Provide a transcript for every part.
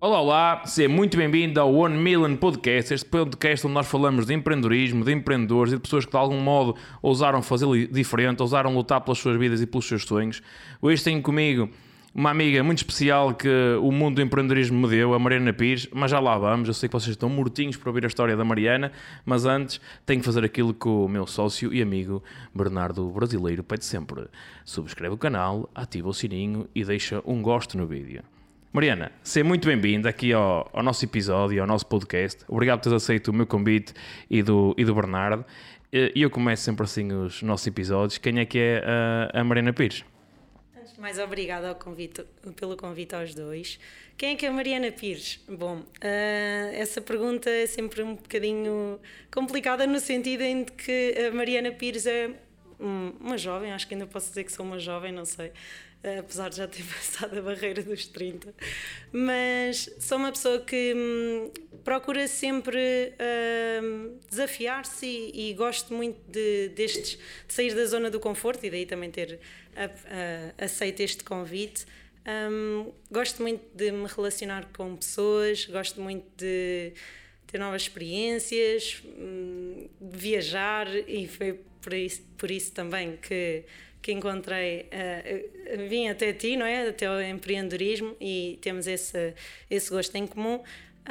Olá, olá, seja muito bem-vindo ao One Million Podcast, este podcast onde nós falamos de empreendedorismo, de empreendedores e de pessoas que de algum modo ousaram fazer diferente, ousaram lutar pelas suas vidas e pelos seus sonhos. Hoje tenho comigo uma amiga muito especial que o mundo do empreendedorismo me deu, a Mariana Pires, mas já lá vamos. Eu sei que vocês estão mortinhos para ouvir a história da Mariana, mas antes tenho que fazer aquilo que o meu sócio e amigo Bernardo Brasileiro pede sempre. Subscreve o canal, ativa o sininho e deixa um gosto no vídeo. Mariana, seja muito bem-vinda aqui ao nosso episódio, ao nosso podcast. Obrigado por teres aceito o meu convite e do Bernardo. E eu começo sempre assim os nossos episódios. Quem é que é a Mariana Pires? Antes de mais, obrigada pelo convite aos dois. Quem é que é a Mariana Pires? Bom, essa pergunta é sempre um bocadinho complicada no sentido em que a Mariana Pires é uma jovem, acho que ainda posso dizer que sou uma jovem, não sei, apesar de já ter passado a barreira dos 30, mas sou uma pessoa que procura sempre desafiar-se e gosto muito de sair da zona do conforto, e daí também ter aceito este convite. Gosto muito de me relacionar com pessoas, gosto muito de ter novas experiências, de viajar, e foi por isso também que encontrei, vim até ti, não é? Até o empreendedorismo, e temos esse gosto em comum.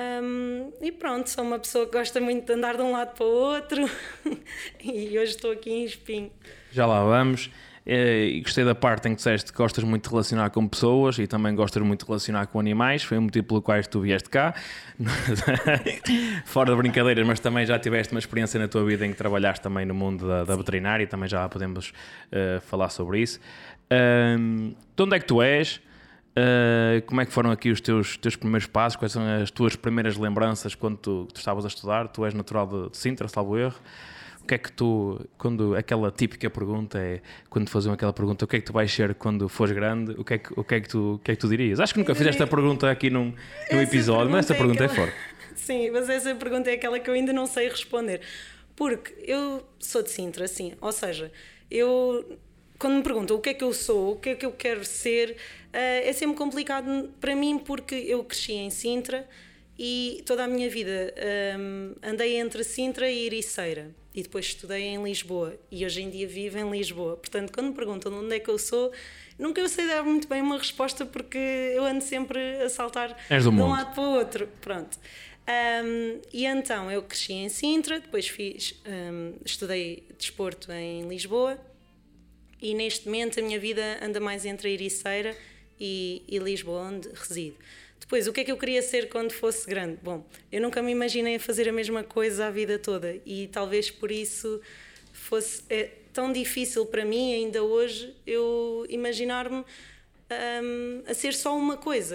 E pronto, sou uma pessoa que gosta muito de andar de um lado para o outro e hoje estou aqui em Espinho. Já lá vamos. E gostei da parte em que disseste que gostas muito de relacionar com pessoas e também gostas muito de relacionar com animais. Foi o motivo pelo qual tu vieste cá. Fora de brincadeiras, mas também já tiveste uma experiência na tua vida em que trabalhaste também no mundo da veterinária, e também já podemos falar sobre isso. De onde é que tu és? Como é que foram aqui os teus primeiros passos? Quais são as tuas primeiras lembranças quando tu estavas a estudar? Tu és natural de Sintra, salvo erro. O que é que tu, quando aquela típica pergunta é, quando te faziam aquela pergunta, o que é que tu vais ser quando fores grande, o que é que tu dirias? Acho que nunca fizeste esta pergunta aqui num episódio, mas esta pergunta é forte. Sim, mas essa pergunta é aquela que eu ainda não sei responder, porque eu sou de Sintra, assim, ou seja, quando me perguntam o que é que eu sou, o que é que eu quero ser, é sempre complicado para mim, porque eu cresci em Sintra e toda a minha vida andei entre Sintra e Ericeira, e depois estudei em Lisboa e hoje em dia vivo em Lisboa. Portanto, quando me perguntam de onde é que eu sou, nunca eu sei dar muito bem uma resposta, porque eu ando sempre a saltar de um lado para o outro. Pronto. E então eu cresci em Sintra, depois estudei desporto em Lisboa, e neste momento a minha vida anda mais entre a Ericeira e Lisboa, onde resido. Depois, o que é que eu queria ser quando fosse grande? Bom, eu nunca me imaginei a fazer a mesma coisa a vida toda, e talvez por isso fosse tão difícil para mim ainda hoje eu imaginar-me a ser só uma coisa.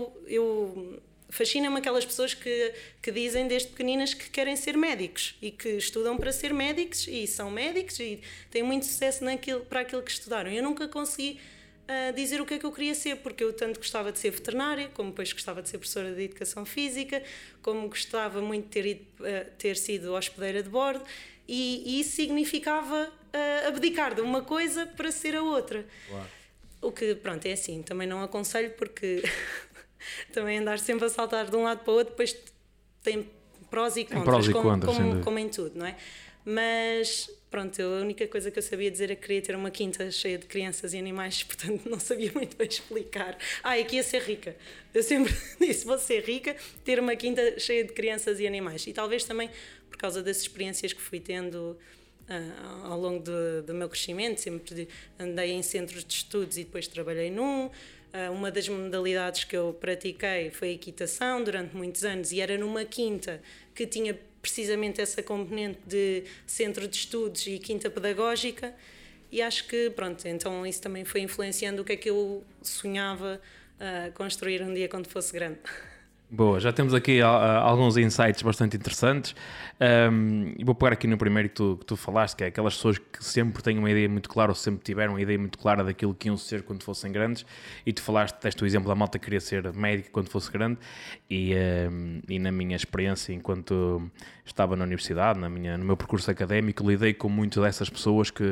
Fascina-me aquelas pessoas que dizem desde pequeninas que querem ser médicos e que estudam para ser médicos e são médicos e têm muito sucesso para aquilo que estudaram. Eu nunca consegui dizer o que é que eu queria ser, porque eu tanto gostava de ser veterinária, como depois gostava de ser professora de educação física, como gostava muito de ter sido hospedeira de bordo, e isso significava abdicar de uma coisa para ser a outra. Uau. O que, pronto, é assim, também não aconselho, porque também andar sempre a saltar de um lado para o outro depois tem prós e contras, como em tudo, não é? Mas pronto, a única coisa que eu sabia dizer é que queria ter uma quinta cheia de crianças e animais, portanto não sabia muito bem explicar. É que ia ser rica. Eu sempre disse, vou ser rica, ter uma quinta cheia de crianças e animais. E talvez também por causa das experiências que fui tendo ao longo do meu crescimento, sempre andei em centros de estudos e depois trabalhei num. Uma das modalidades que eu pratiquei foi a equitação durante muitos anos, e era numa quinta que tinha precisamente essa componente de centro de estudos e quinta pedagógica, e acho que, pronto, então isso também foi influenciando o que é que eu sonhava construir um dia quando fosse grande. Boa, já temos aqui alguns insights bastante interessantes, e vou pegar aqui no primeiro que tu falaste, que é aquelas pessoas que sempre têm uma ideia muito clara, ou sempre tiveram uma ideia muito clara daquilo que iam ser quando fossem grandes, e tu deste o exemplo da malta que queria ser médica quando fosse grande, e na minha experiência enquanto estava na universidade, no meu percurso académico, lidei com muito dessas pessoas que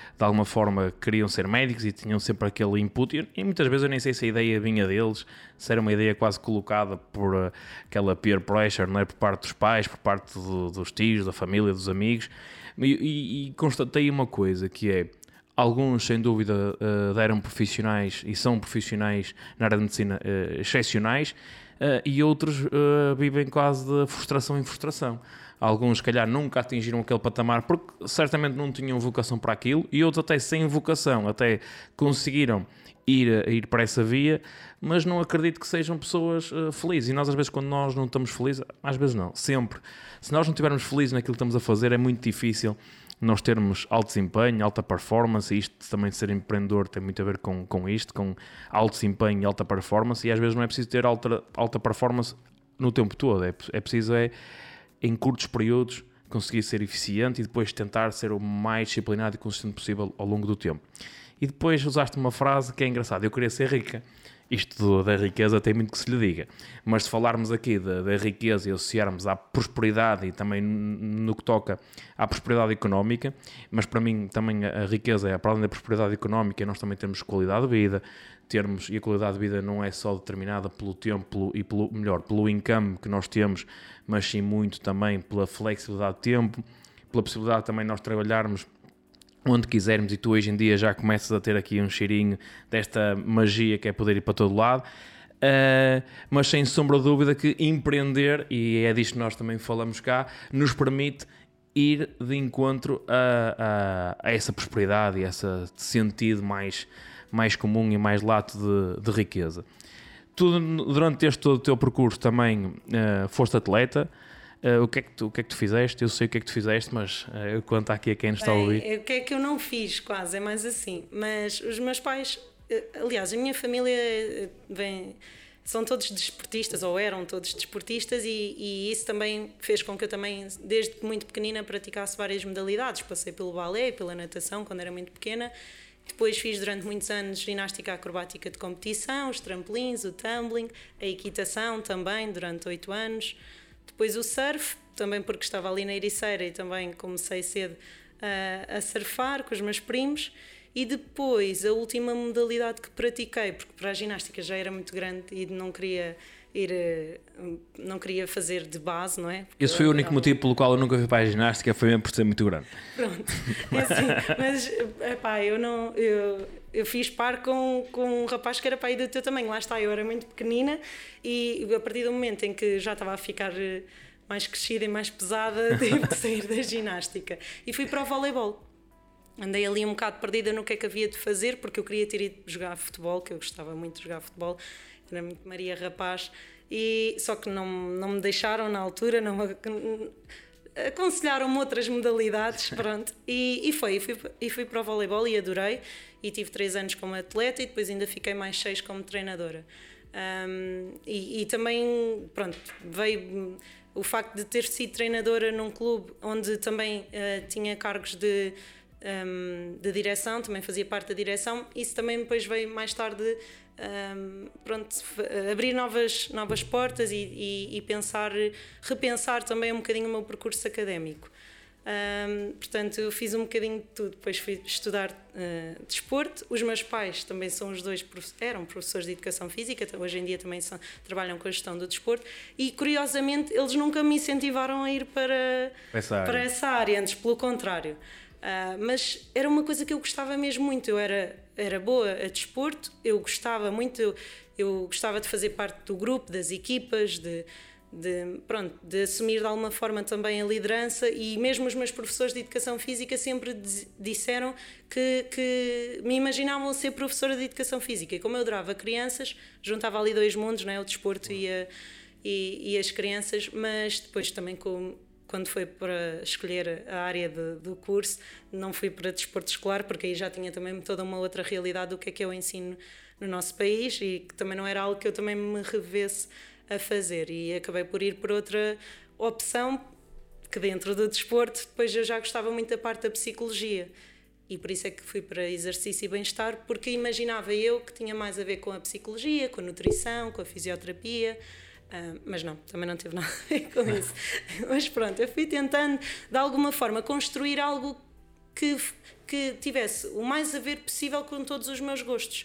de alguma forma queriam ser médicos e tinham sempre aquele input, e muitas vezes eu nem sei se a ideia vinha deles, se era uma ideia quase colocada por aquela peer pressure, não é? Por parte dos pais, por parte dos tios, da família, dos amigos, e constatei uma coisa, que é, alguns sem dúvida deram profissionais e são profissionais na área de medicina excepcionais, e outros vivem quase de frustração em frustração. Alguns, se calhar, nunca atingiram aquele patamar porque certamente não tinham vocação para aquilo, e outros até sem vocação, até conseguiram ir para essa via, mas não acredito que sejam pessoas felizes. E nós, às vezes, quando nós não estamos felizes, às vezes não, sempre. Se nós não estivermos felizes naquilo que estamos a fazer, é muito difícil nós termos alto desempenho, alta performance, e isto também de ser empreendedor tem muito a ver com isto, com alto desempenho e alta performance, e às vezes não é preciso ter alta performance no tempo todo, é preciso em curtos períodos conseguir ser eficiente e depois tentar ser o mais disciplinado e consistente possível ao longo do tempo. E depois usaste uma frase que é engraçada: eu queria ser rica. Isto da riqueza tem muito que se lhe diga, mas se falarmos aqui da riqueza e associarmos à prosperidade, e também no que toca à prosperidade económica, mas para mim também a riqueza é, para além da prosperidade económica, nós também temos qualidade de vida, e a qualidade de vida não é só determinada pelo tempo e pelo income que nós temos, mas sim muito também pela flexibilidade de tempo, pela possibilidade também de nós trabalharmos onde quisermos, e tu hoje em dia já começas a ter aqui um cheirinho desta magia que é poder ir para todo lado, mas sem sombra de dúvida que empreender, e é disto que nós também falamos cá, nos permite ir de encontro a essa prosperidade e a esse sentido mais comum e mais lato de riqueza. Tu, durante todo o teu percurso também foste atleta. O que é que tu fizeste? Eu sei o que é que tu fizeste, mas eu conto aqui a quem nos está a ouvir. O que é que eu não fiz, quase, é mais assim. Mas os meus pais, aliás, a minha família são todos desportistas, ou eram todos desportistas, e isso também fez com que eu também, desde muito pequenina, praticasse várias modalidades. Passei pelo balé, pela natação, quando era muito pequena. Depois fiz durante muitos anos ginástica acrobática de competição, os trampolins, o tumbling, a equitação também, durante 8 anos. Depois o surf, também porque estava ali na Ericeira e também comecei cedo a surfar com os meus primos. E depois a última modalidade que pratiquei, porque para a ginástica já era muito grande e não queria fazer de base, não é? Porque esse foi o único motivo pelo qual eu nunca fui para a ginástica, foi mesmo por ser muito grande. Pronto, é assim, mas epá, eu fiz par com um rapaz que era pai do teu tamanho, lá está, eu era muito pequenina, e a partir do momento em que já estava a ficar mais crescida e mais pesada, tive de sair da ginástica e fui para o voleibol. Andei ali um bocado perdida no que é que havia de fazer, porque eu queria ter ido jogar futebol, que eu gostava muito de jogar futebol, era muito Maria Rapaz, só que não me deixaram na altura, aconselharam-me outras modalidades, pronto, e fui para o voleibol e adorei, e tive 3 anos como atleta e depois ainda fiquei mais 6 como treinadora. E também, pronto, veio o facto de ter sido treinadora num clube onde também tinha cargos de direção, também fazia parte da direção. Isso também depois veio mais tarde abrir novas portas e repensar também um bocadinho o meu percurso académico. Portanto, eu fiz um bocadinho de tudo. Depois fui estudar desporto. Os meus pais também são os dois, eram professores de educação física, hoje em dia também trabalham com a gestão do desporto, e curiosamente eles nunca me incentivaram a ir para essa área, antes pelo contrário. Mas era uma coisa que eu gostava mesmo muito. Eu era boa a desporto, eu gostava muito, eu gostava de fazer parte do grupo, das equipas, de assumir de alguma forma também a liderança, e mesmo os meus professores de educação física sempre disseram que me imaginavam ser professora de educação física, e como eu adorava crianças, juntava ali 2 mundos, não é? O desporto e as crianças, mas depois também quando foi para escolher a área do curso, não fui para desporto escolar, porque aí já tinha também toda uma outra realidade do que é o ensino no nosso país, e que também não era algo que eu também me revesse a fazer, e acabei por ir por outra opção, que dentro do desporto depois eu já gostava muito da parte da psicologia, e por isso é que fui para exercício e bem-estar, porque imaginava eu que tinha mais a ver com a psicologia, com a nutrição, com a fisioterapia. Mas não, também não teve nada a ver com isso. Mas pronto, eu fui tentando de alguma forma construir algo que tivesse o mais a ver possível com todos os meus gostos.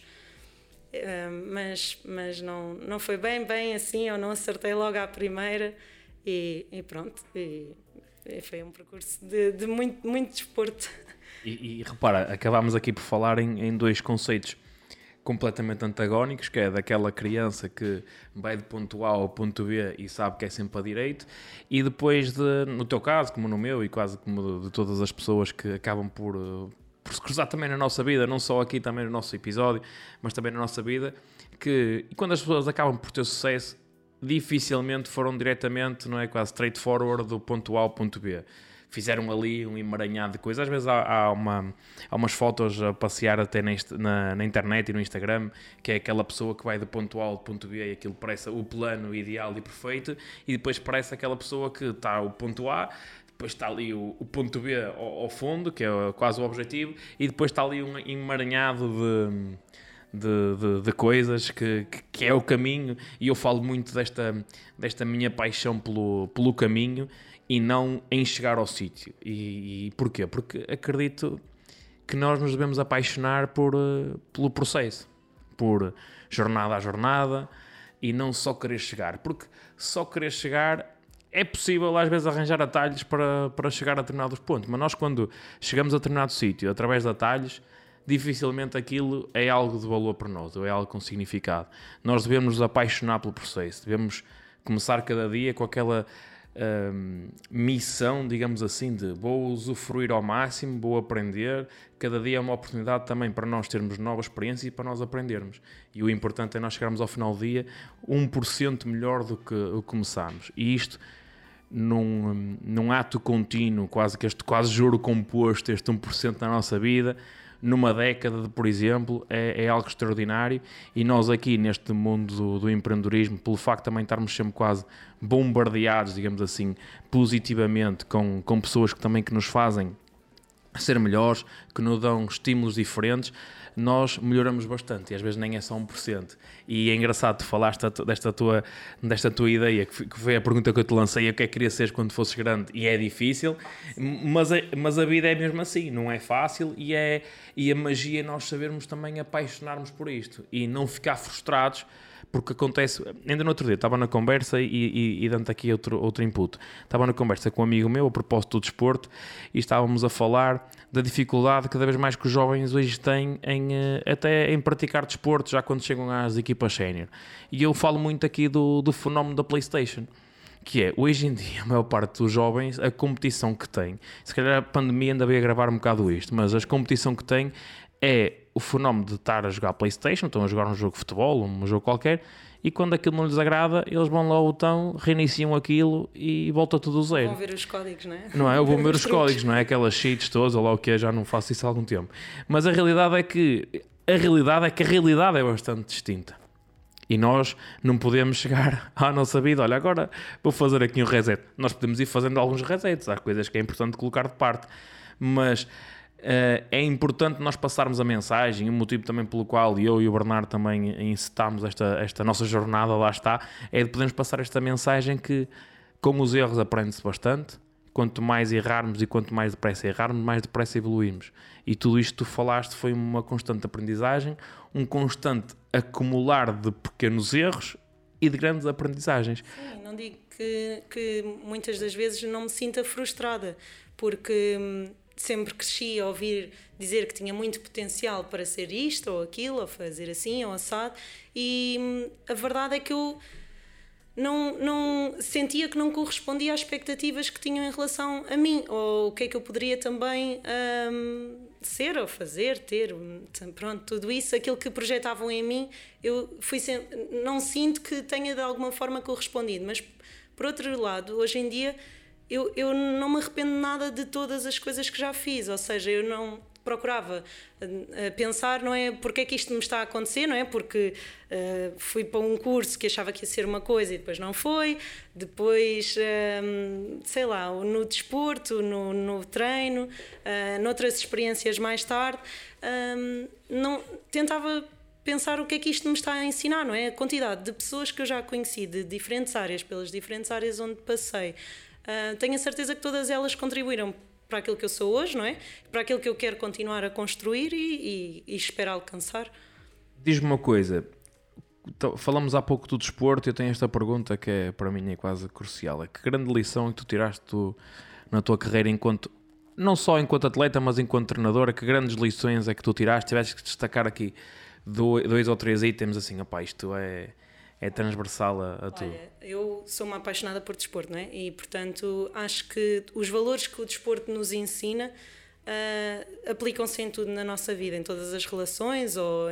Mas não foi bem assim, eu não acertei logo à primeira e pronto, e foi um percurso de muito desporto. E repara, acabámos aqui por falar em dois conceitos completamente antagónicos, que é daquela criança que vai de ponto A ao ponto B e sabe que é sempre a direito, e depois, no teu caso, como no meu, e quase como de todas as pessoas que acabam por se cruzar também na nossa vida, não só aqui também no nosso episódio, mas também na nossa vida, que quando as pessoas acabam por ter sucesso, dificilmente foram diretamente, não é, quase straightforward do ponto A ao ponto B. Fizeram ali um emaranhado de coisas. Às vezes há umas fotos a passear até na internet e no Instagram, que é aquela pessoa que vai do ponto A ao ponto B e aquilo parece o plano ideal e perfeito, e depois parece aquela pessoa que está o ponto A, depois está ali o ponto B ao fundo, que é quase o objetivo, e depois está ali um emaranhado de coisas que é o caminho. E eu falo muito desta minha paixão pelo caminho e não em chegar ao sítio. E porquê? Porque acredito que nós nos devemos apaixonar pelo processo, por jornada a jornada, e não só querer chegar. Porque só querer chegar é possível às vezes arranjar atalhos para chegar a determinados pontos, mas nós quando chegamos a determinado sítio através de atalhos, dificilmente aquilo é algo de valor para nós, ou é algo com significado. Nós devemos nos apaixonar pelo processo, devemos começar cada dia com aquela missão, digamos assim, de vou usufruir ao máximo, vou aprender. Cada dia é uma oportunidade também para nós termos novas experiências e para nós aprendermos. E o importante é nós chegarmos ao final do dia 1% melhor do que começámos. E isto num ato contínuo, quase juro composto, este 1% na nossa vida, numa década, por exemplo, é algo extraordinário. E nós aqui neste mundo do empreendedorismo, pelo facto de também estarmos sempre quase bombardeados, digamos assim, positivamente com pessoas que nos fazem ser melhores, que nos dão estímulos diferentes, nós melhoramos bastante, e às vezes nem é só 1%. E é engraçado, tu falaste desta tua ideia, que foi a pergunta que eu te lancei, o que é que queria ser quando fosses grande, e é difícil, mas a vida é mesmo assim, não é fácil, e a magia é nós sabermos também apaixonarmos por isto, e não ficar frustrados, porque acontece, ainda no outro dia estava na conversa e dando aqui outro input, estava na conversa com um amigo meu a propósito do desporto e estávamos a falar da dificuldade cada vez mais que os jovens hoje têm até em praticar desporto já quando chegam às equipas sénior. E eu falo muito aqui do fenómeno da PlayStation, que é, hoje em dia, a maior parte dos jovens, a competição que tem, se calhar a pandemia ainda veio agravar um bocado isto, mas a competição que tem é o fenómeno de estar a jogar PlayStation, estão a jogar um jogo de futebol, um jogo qualquer, e quando aquilo não lhes agrada, eles vão lá ao botão, reiniciam aquilo e volta tudo do zero. Vão ver os códigos, não é? Não é? Eu vou ver os códigos, não é? Aquelas cheats todas, ou lá o que é, já não faço isso há algum tempo. Mas a realidade é que a realidade é bastante distinta. E nós não podemos chegar à nossa vida, olha, agora vou fazer aqui um reset. Nós podemos ir fazendo alguns resets, há coisas que é importante colocar de parte, mas é importante nós passarmos a mensagem. O motivo também pelo qual eu e o Bernardo também incitámos esta nossa jornada, lá está, é de podermos passar esta mensagem que com os erros aprende-se bastante. Quanto mais errarmos e quanto mais depressa errarmos, mais depressa evoluímos. E tudo isto que tu falaste foi uma constante aprendizagem, um constante acumular de pequenos erros e de grandes aprendizagens. Sim, não digo que muitas das vezes não me sinta frustrada, porque sempre cresci a ouvir dizer que tinha muito potencial para ser isto ou aquilo, ou fazer assim ou assado, e a verdade é que eu não sentia que não correspondia às expectativas que tinham em relação a mim, ou o que é que eu poderia também ser ou fazer, ter, pronto, tudo isso, aquilo que projetavam em mim, eu não sinto que tenha de alguma forma correspondido, mas por outro lado, hoje em dia eu não me arrependo nada de todas as coisas que já fiz, ou seja, eu não procurava pensar, não é, porque é que isto me está a acontecer, não é, porque fui para um curso que achava que ia ser uma coisa e depois não foi, depois, sei lá, no desporto, no treino, noutras experiências mais tarde, não, tentava pensar o que é que isto me está a ensinar, não é, a quantidade de pessoas que eu já conheci de diferentes áreas, pelas diferentes áreas onde passei, tenho a certeza que todas elas contribuíram para aquilo que eu sou hoje, não é? Para aquilo que eu quero continuar a construir e espero alcançar. Diz-me uma coisa, falamos há pouco do desporto e eu tenho esta pergunta que para mim é quase crucial. É que grande lição é que tu tiraste na tua carreira não só enquanto atleta, mas enquanto treinadora, que grandes lições é que tu tiraste? Tiveste que destacar aqui 2 ou 3 itens assim, opá, isto é transversal a tudo. Olha, eu sou uma apaixonada por desporto, não é? E, portanto, acho que os valores que o desporto nos ensina aplicam-se em tudo na nossa vida, em todas as relações ou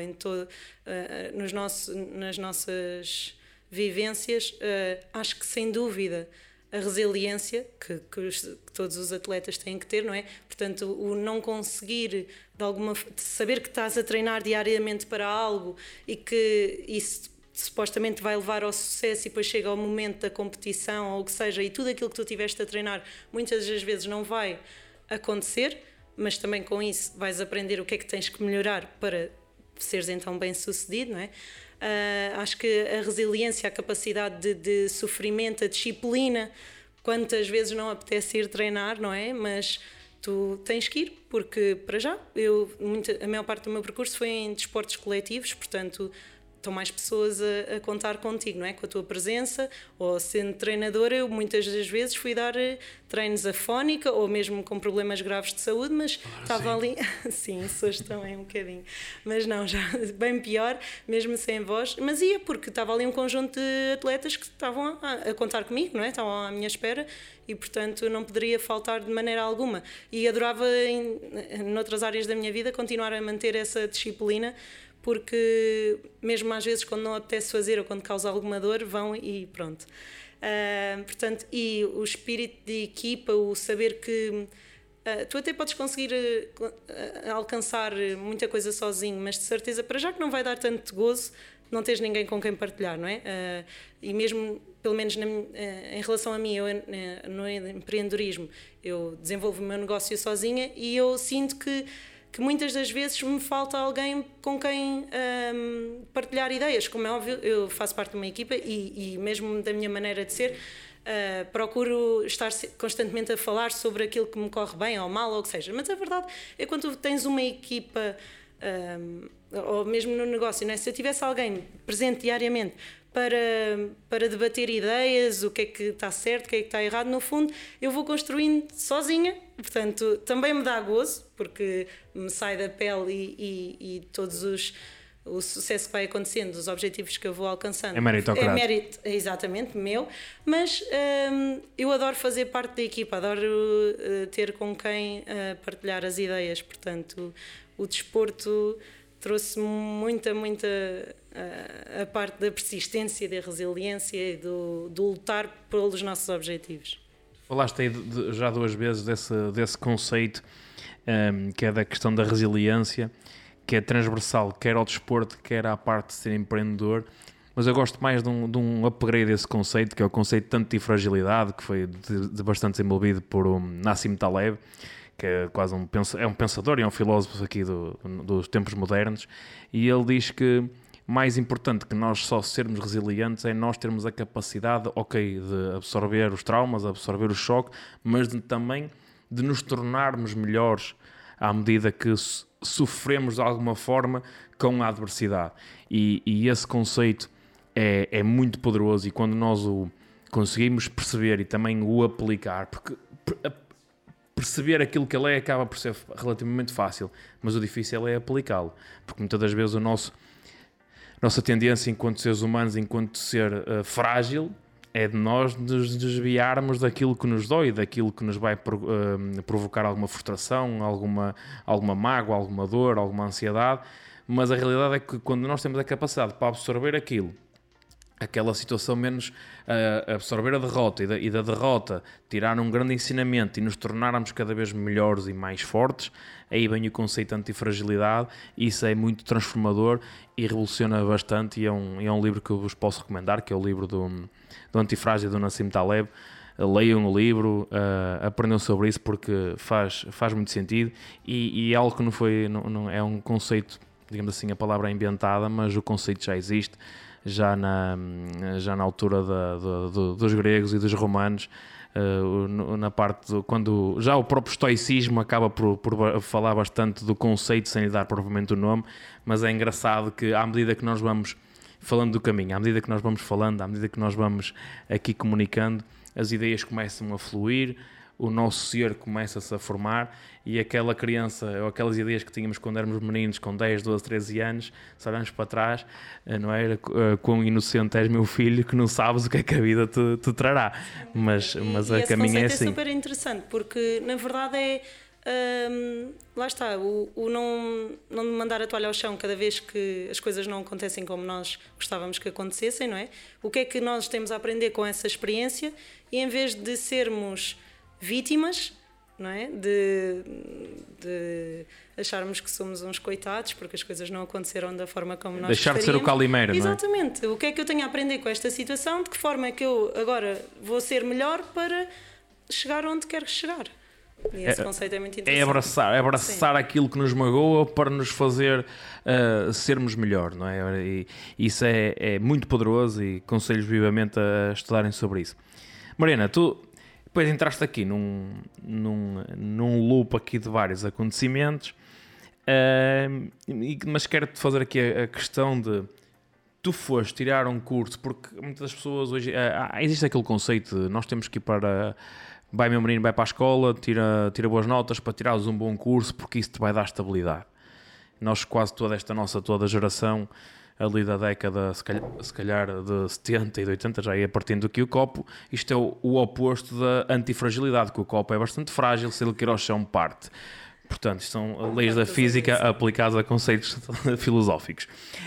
nas nossas vivências. Acho que, sem dúvida, a resiliência que todos os atletas têm que ter, não é? Portanto, o não conseguir, de saber que estás a treinar diariamente para algo e que isso supostamente vai levar ao sucesso e depois chega ao momento da competição ou o que seja, e tudo aquilo que tu tiveste a treinar muitas das vezes não vai acontecer, mas também com isso vais aprender o que é que tens que melhorar para seres então bem sucedido, não é? Acho que a resiliência, a capacidade de sofrimento, a disciplina, quantas vezes não apetece ir treinar, não é? Mas tu tens que ir, porque para já, a maior parte do meu percurso foi em desportos coletivos, portanto estão mais pessoas a contar contigo, não é? Com a tua presença, ou sendo treinadora, eu muitas das vezes fui dar treinos afónica, ou mesmo com problemas graves de saúde, mas estava ali, sim, isso hoje também um bocadinho, mas não, já bem pior, mesmo sem voz, mas ia porque estava ali um conjunto de atletas que estavam a contar comigo, não é? Estavam à minha espera e, portanto, não poderia faltar de maneira alguma. E adorava, noutras áreas da minha vida, continuar a manter essa disciplina, porque mesmo às vezes quando não apetece fazer ou quando causa alguma dor, vão e pronto. Portanto, e o espírito de equipa, o saber que tu até podes conseguir alcançar muita coisa sozinho, mas de certeza, para já que não vai dar tanto gozo, não tens ninguém com quem partilhar, não é? E mesmo, pelo menos em relação a mim, eu no empreendedorismo, eu desenvolvo o meu negócio sozinha e eu sinto que muitas das vezes me falta alguém com quem partilhar ideias. Como é óbvio, eu faço parte de uma equipa e mesmo da minha maneira de ser, procuro estar constantemente a falar sobre aquilo que me corre bem ou mal ou o que seja. Mas a verdade é que quando tu tens uma equipa, ou mesmo no negócio, não é? Se eu tivesse alguém presente diariamente para debater ideias, o que é que está certo, o que é que está errado, no fundo eu vou construindo sozinha, portanto também me dá gozo, porque me sai da pele e todos o sucesso que vai acontecendo, os objetivos que eu vou alcançando. É meritocrático. É mérito, exatamente, meu, mas eu adoro fazer parte da equipa, adoro ter com quem partilhar as ideias, portanto o desporto trouxe muita a parte da persistência, da resiliência e do lutar pelos nossos objetivos. Falaste aí já 2 vezes desse conceito que é da questão da resiliência, que é transversal, quer ao desporto, quer à parte de ser empreendedor, mas eu gosto mais de um upgrade desse conceito, que é o conceito de antifragilidade, que foi bastante desenvolvido por Nassim Taleb, que é quase um pensador e é um filósofo aqui dos tempos modernos, e ele diz que mais importante que nós só sermos resilientes é nós termos a capacidade, de absorver os traumas, absorver o choque, mas também de nos tornarmos melhores à medida que sofremos de alguma forma com a adversidade. E esse conceito é muito poderoso, e quando nós o conseguimos perceber e também o aplicar, porque perceber aquilo que ele é acaba por ser relativamente fácil, mas o difícil é aplicá-lo, porque muitas das vezes nossa tendência enquanto seres humanos, enquanto ser frágil, é de nós nos desviarmos daquilo que nos dói, daquilo que nos vai provocar alguma frustração, alguma mágoa, alguma dor, alguma ansiedade, mas a realidade é que quando nós temos a capacidade para absorver aquela situação, menos absorver a derrota e da derrota tirar um grande ensinamento e nos tornarmos cada vez melhores e mais fortes, aí vem o conceito de antifragilidade. Isso é muito transformador e revoluciona bastante, e é um livro que eu vos posso recomendar, que é o livro do Antifrágil, do Nassim Taleb. Leiam o livro, aprendam sobre isso, porque faz muito sentido, e é algo que não é um conceito, digamos assim, a palavra é inventada, mas o conceito já existe. já na altura dos gregos e dos romanos, na parte quando já o próprio estoicismo acaba por falar bastante do conceito sem lhe dar propriamente o nome, mas é engraçado que à medida que nós vamos falando do caminho, à medida que nós vamos falando, à medida que nós vamos aqui comunicando, as ideias começam a fluir, o nosso ser começa-se a formar e aquela criança, ou aquelas ideias que tínhamos quando éramos meninos com 10, 12, 13 anos, se olhamos para trás, não é? Quão inocente és, meu filho, que não sabes o que é que a vida te trará. Mas a caminho é assim. É super interessante, porque na verdade lá está, o não mandar a toalha ao chão cada vez que as coisas não acontecem como nós gostávamos que acontecessem, não é? O que é que nós temos a aprender com essa experiência e em vez de sermos vítimas, não é? De acharmos que somos uns coitados porque as coisas não aconteceram da forma como nós deixar gostaríamos. De ser o Calimeiro, não é? Exatamente. O que é que eu tenho a aprender com esta situação? De que forma é que eu agora vou ser melhor para chegar onde quero chegar? E esse conceito é muito interessante. É abraçar aquilo que nos magoa para nos fazer sermos melhor, não é? E isso é muito poderoso e aconselho vivamente a estudarem sobre isso. Mariana, tu depois entraste aqui num loop aqui de vários acontecimentos, mas quero-te fazer aqui a questão de tu foste tirar um curso, porque muitas pessoas hoje... existe aquele conceito de nós temos que ir para... Vai, meu menino, vai para a escola, tira boas notas para tirares um bom curso, porque isso te vai dar estabilidade. Nós, quase toda a geração ali da década, se calhar de 70 e de 80, já ia partindo aqui o copo. Isto é o oposto da antifragilidade, que o copo é bastante frágil, se ele cair ao chão parte. Portanto, isto são leis da física aplicadas a conceitos filosóficos.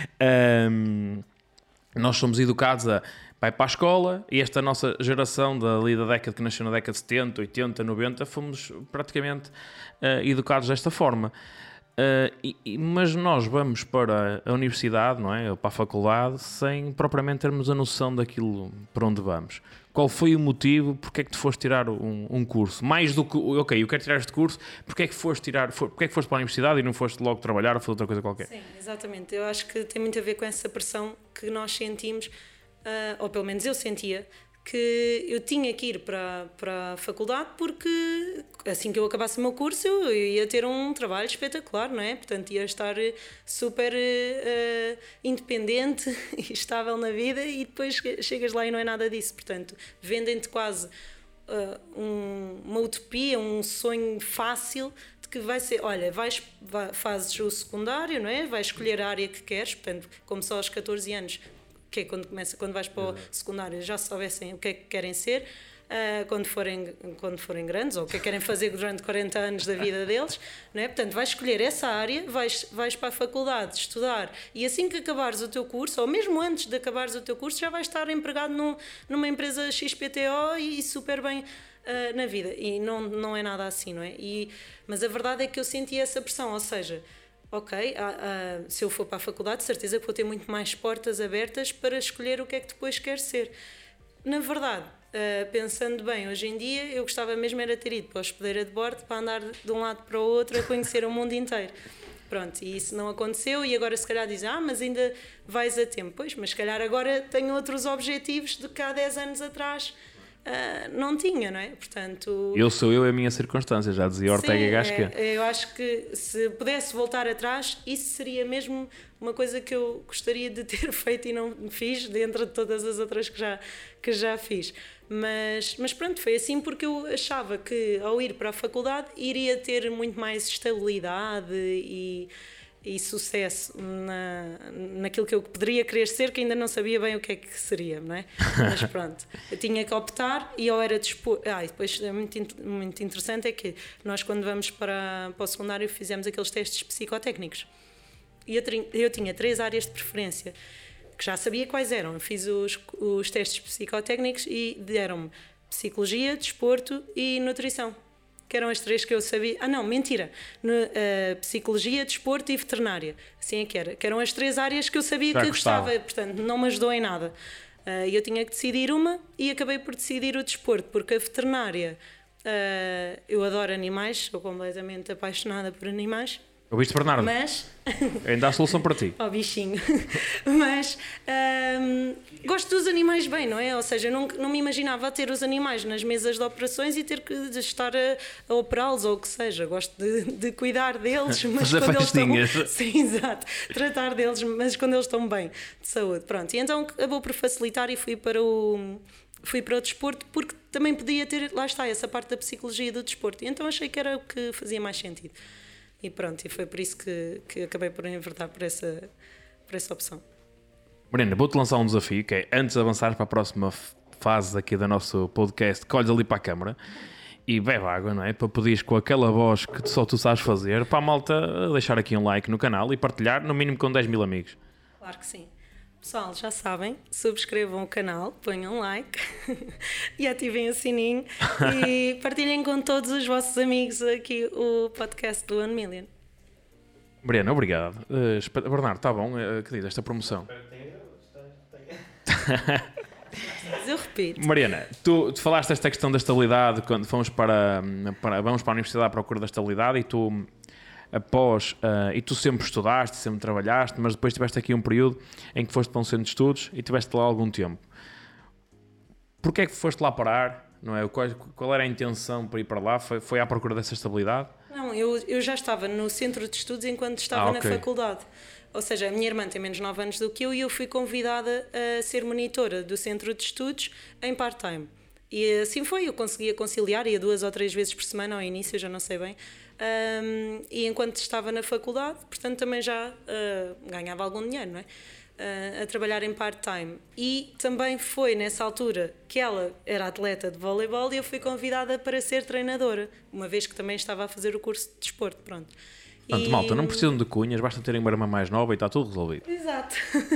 Nós somos educados a... Vai para a escola e esta nossa geração da década que nasceu na década de 70, 80, 90, fomos praticamente educados desta forma. Mas nós vamos para a universidade, não é? Ou para a faculdade, sem propriamente termos a noção daquilo para onde vamos. Qual foi o motivo? Porque é que tu foste tirar um curso? Mais do que, ok, eu quero tirar este curso, porque é que foste porque é que foste para a universidade e não foste logo trabalhar ou fazer outra coisa qualquer? Sim, exatamente. Eu acho que tem muito a ver com essa pressão que nós sentimos, ou pelo menos eu sentia, que eu tinha que ir para a faculdade porque assim que eu acabasse o meu curso eu ia ter um trabalho espetacular, não é? Portanto, ia estar super independente e estável na vida e depois chegas lá e não é nada disso. Portanto, vendem-te quase uma utopia, um sonho fácil de que vai ser, olha, fazes o secundário, não é? Vais escolher a área que queres, portanto, como só aos 14 anos, que é quando vais para o secundário já soubessem o que é que querem ser, quando forem grandes, ou o que é que querem fazer durante 40 anos da vida deles, não é? Portanto, vais escolher essa área, vais para a faculdade estudar e assim que acabares o teu curso, ou mesmo antes de acabares o teu curso, já vais estar empregado numa empresa XPTO e super bem na vida. E não é nada assim, não é? Mas a verdade é que eu senti essa pressão, ou seja, ok, se eu for para a faculdade, de certeza que vou ter muito mais portas abertas para escolher o que é que depois quero ser. Na verdade, pensando bem, hoje em dia, eu gostava mesmo era ter ido para a hospedeira de bordo para andar de um lado para o outro a conhecer o mundo inteiro. Pronto, e isso não aconteceu e agora se calhar dizem, mas ainda vais a tempo. Pois, mas se calhar agora tenho outros objetivos do que há 10 anos atrás não tinha, não é? Portanto... Eu sou eu e a minha circunstância, já dizia Ortega y Gasset. Eu acho que se pudesse voltar atrás, isso seria mesmo uma coisa que eu gostaria de ter feito e não fiz, dentro de todas as outras que já fiz. Mas pronto, foi assim porque eu achava que ao ir para a faculdade iria ter muito mais estabilidade e sucesso naquilo que eu poderia querer ser, que ainda não sabia bem o que é que seria, não é? Mas pronto, eu tinha que optar e eu era disposto... e depois é muito interessante é que nós quando vamos para o secundário fizemos aqueles testes psicotécnicos e eu tinha 3 áreas de preferência que já sabia quais eram. Eu fiz os testes psicotécnicos e deram-me psicologia, desporto e nutrição, que eram as 3 que eu sabia. Não, mentira. Psicologia, desporto e veterinária. Assim é que era. Que eram as 3 áreas que eu sabia que gostava. Portanto, não me ajudou em nada. Eu tinha que decidir uma e acabei por decidir o desporto, porque a veterinária, eu adoro animais, sou completamente apaixonada por animais Ouviste, Bernardo? Mas... Ainda há solução para ti. Ó bichinho. Mas gosto dos animais bem, não é? Ou seja, não me imaginava ter os animais nas mesas de operações e ter que estar a operá-los ou o que seja. Gosto de cuidar deles, mas fazer quando festinhas. Eles estão... Sim, exato. Tratar deles, mas quando eles estão bem, de saúde. Pronto, e então acabou por facilitar e fui para o desporto, porque também podia ter, lá está, essa parte da psicologia do desporto. E então achei que era o que fazia mais sentido. E pronto, e foi por isso que acabei por enverdar por essa opção. Mariana, vou-te lançar um desafio, que é, antes de avançares para a próxima fase aqui do nosso podcast, que olhes ali para a câmara e bebe água, não é? Para poderes, com aquela voz que só tu sabes fazer, para a malta deixar aqui um like no canal e partilhar, no mínimo com 10 mil amigos. Claro que sim. Pessoal, já sabem, subscrevam o canal, ponham um like e ativem o sininho e partilhem com todos os vossos amigos aqui o podcast do 1 Million. Mariana, obrigado. Bernardo, está bom? Que diz esta promoção? Mas eu repito. Mariana, tu falaste desta questão da estabilidade quando vamos para a universidade à procura da estabilidade e tu... e tu sempre estudaste, sempre trabalhaste, mas depois tiveste aqui um período em que foste para um centro de estudos e tiveste lá algum tempo. Porquê é que foste lá parar? Não é? Qual era a intenção para ir para lá? Foi à procura dessa estabilidade? Não, eu já estava no centro de estudos enquanto estava na ok. faculdade. Ou seja, a minha irmã tem menos 9 anos do que eu e eu fui convidada a ser monitora do centro de estudos em part-time. E assim foi, eu conseguia conciliar, ia 2 ou 3 vezes por semana ao início, já não sei bem. E enquanto estava na faculdade, portanto também já ganhava algum dinheiro, não é? A trabalhar em part-time. E também foi nessa altura que ela era atleta de voleibol e eu fui convidada para ser treinadora, uma vez que também estava a fazer o curso de desporto, pronto. Portanto, malta, não precisam de cunhas, basta terem uma irmã mais nova e está tudo resolvido. Exato.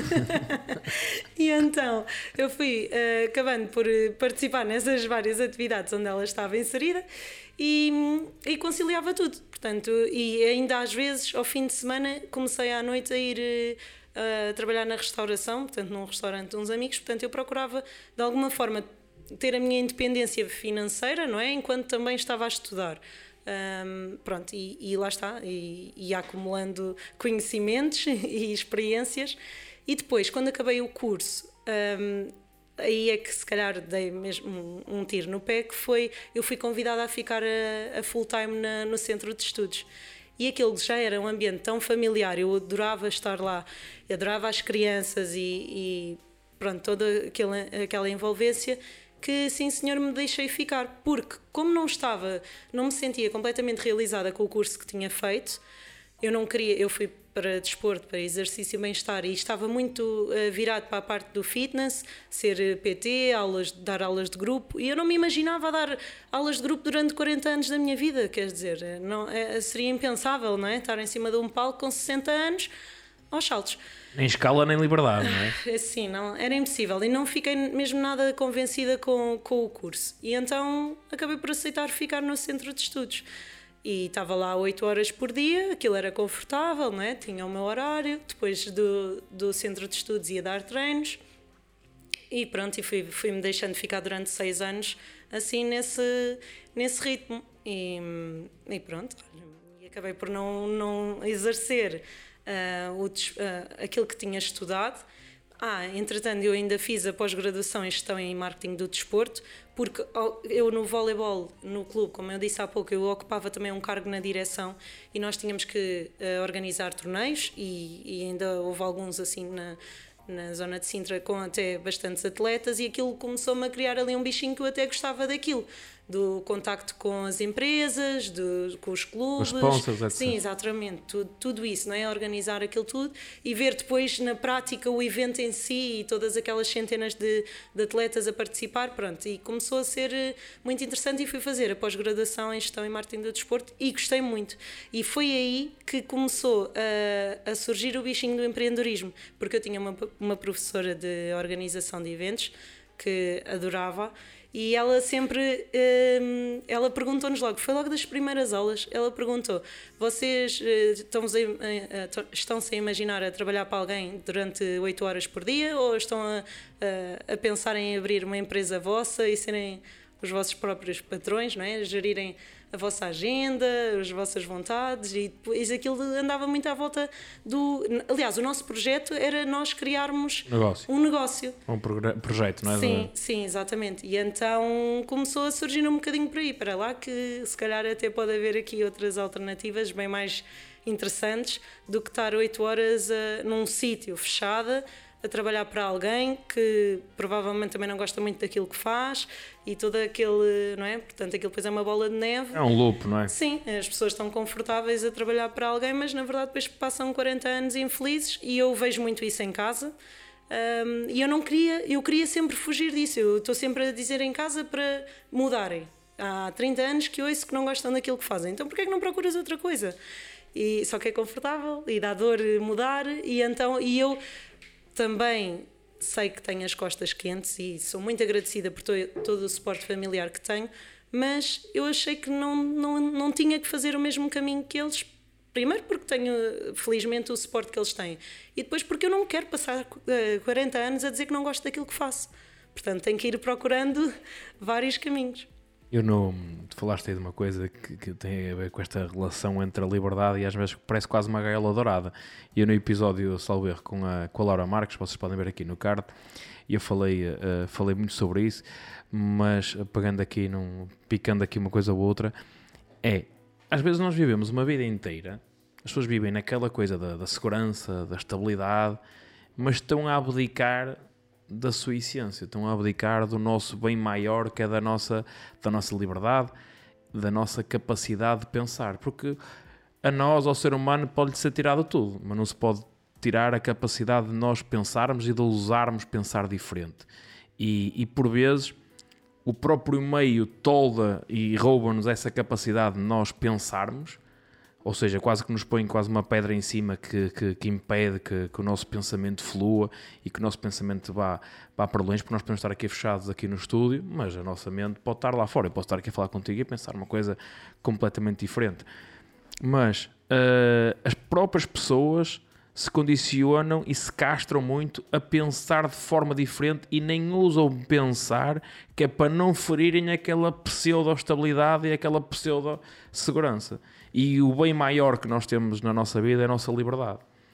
E então eu fui acabando por participar nessas várias atividades onde ela estava inserida e conciliava tudo. Portanto, e ainda às vezes, ao fim de semana, comecei à noite a ir a trabalhar na restauração, portanto, num restaurante de uns amigos. Portanto, eu procurava, de alguma forma, ter a minha independência financeira, não é? Enquanto também estava a estudar. Pronto, e lá está, e acumulando conhecimentos e experiências. E depois, quando acabei o curso, aí é que se calhar dei mesmo um tiro no pé, que foi, eu fui convidada a ficar a full time no centro de estudos. E aquilo já era um ambiente tão familiar, eu adorava estar lá, eu adorava as crianças e pronto, toda aquela envolvência, que sim senhor me deixei ficar, porque como não me sentia completamente realizada com o curso que tinha feito, eu fui para desporto, para exercício e bem-estar e estava muito virado para a parte do fitness, ser PT, dar aulas de grupo, e eu não me imaginava a dar aulas de grupo durante 40 anos da minha vida, quer dizer, seria impensável, não é? Estar em cima de um palco com 60 anos aos saltos. Nem escala nem liberdade, não é? Sim, não, era impossível e não fiquei mesmo nada convencida com o curso. E então acabei por aceitar ficar no centro de estudos. E estava lá 8 horas por dia, aquilo era confortável, não é? Tinha o meu horário, depois do centro de estudos ia dar treinos. E pronto, e fui-me deixando ficar durante 6 anos assim nesse ritmo. E pronto, e acabei por não exercer aquilo que tinha estudado. Entretanto, eu ainda fiz a pós-graduação em Gestão e Marketing do Desporto, porque eu no voleibol, no clube, como eu disse há pouco, eu ocupava também um cargo na direção e nós tínhamos que organizar torneios e ainda houve alguns assim na zona de Sintra com até bastantes atletas e aquilo começou-me a criar ali um bichinho que eu até gostava daquilo, do contacto com as empresas, com os clubes, os sponsors, etc. Sim, exatamente, tudo isso, não é? Organizar aquilo tudo e ver depois na prática o evento em si e todas aquelas centenas de atletas a participar, pronto, e começou a ser muito interessante e fui fazer a pós-graduação em Gestão e Marketing do Desporto e gostei muito. E foi aí que começou a surgir o bichinho do empreendedorismo, porque eu tinha uma professora de organização de eventos que adorava. E ela sempre, ela perguntou-nos logo, foi logo das primeiras aulas, ela perguntou, vocês estão-se a imaginar a trabalhar para alguém durante 8 horas por dia ou estão a pensar em abrir uma empresa vossa e serem os vossos próprios patrões, não é? Gerirem a vossa agenda, as vossas vontades, e depois aquilo andava muito à volta do... Aliás, o nosso projeto era nós criarmos um negócio. Um projeto, não é? Sim, exatamente. E então começou a surgir um bocadinho por aí, para lá, que se calhar até pode haver aqui outras alternativas bem mais interessantes do que estar 8 horas num sítio fechado a trabalhar para alguém que provavelmente também não gosta muito daquilo que faz e todo aquele, não é? Portanto, aquilo depois é uma bola de neve. É um loop, não é? Sim, as pessoas estão confortáveis a trabalhar para alguém, mas na verdade depois passam 40 anos infelizes, e eu vejo muito isso em casa. E eu queria sempre fugir disso. Eu estou sempre a dizer em casa para mudarem. Há 30 anos que ouço que não gostam daquilo que fazem, então porquê é que não procuras outra coisa? E só que é confortável e dá dor mudar, e eu também sei que tenho as costas quentes e sou muito agradecida por todo o suporte familiar que tenho, mas eu achei que não tinha que fazer o mesmo caminho que eles. Primeiro porque tenho, felizmente, o suporte que eles têm, e depois porque eu não quero passar 40 anos a dizer que não gosto daquilo que faço. Portanto, tenho que ir procurando vários caminhos. Tu falaste aí de uma coisa que tem a ver com esta relação entre a liberdade e às vezes parece quase uma gaiola dourada. E eu no episódio, salvo erro, com a Laura Marques, vocês podem ver aqui no card, e eu falei muito sobre isso, mas picando aqui uma coisa ou outra, às vezes nós vivemos uma vida inteira, as pessoas vivem naquela coisa da segurança, da estabilidade, mas estão a abdicar da sua essência, estão a abdicar do nosso bem maior, que é da nossa liberdade, da nossa capacidade de pensar, porque a nós, ao ser humano, pode-lhe ser tirado tudo, mas não se pode tirar a capacidade de nós pensarmos e de ousarmos pensar diferente. E por vezes o próprio meio tolda e rouba-nos essa capacidade de nós pensarmos, ou seja, quase que nos põe quase uma pedra em cima que impede que o nosso pensamento flua e que o nosso pensamento vá para longe, porque nós podemos estar aqui fechados aqui no estúdio, mas a nossa mente pode estar lá fora. Eu posso estar aqui a falar contigo e pensar uma coisa completamente diferente. Mas as próprias pessoas se condicionam e se castram muito a pensar de forma diferente e nem ousam pensar, que é para não ferirem aquela pseudo-estabilidade e aquela pseudo-segurança. E o bem maior que nós temos na nossa vida é a nossa liberdade.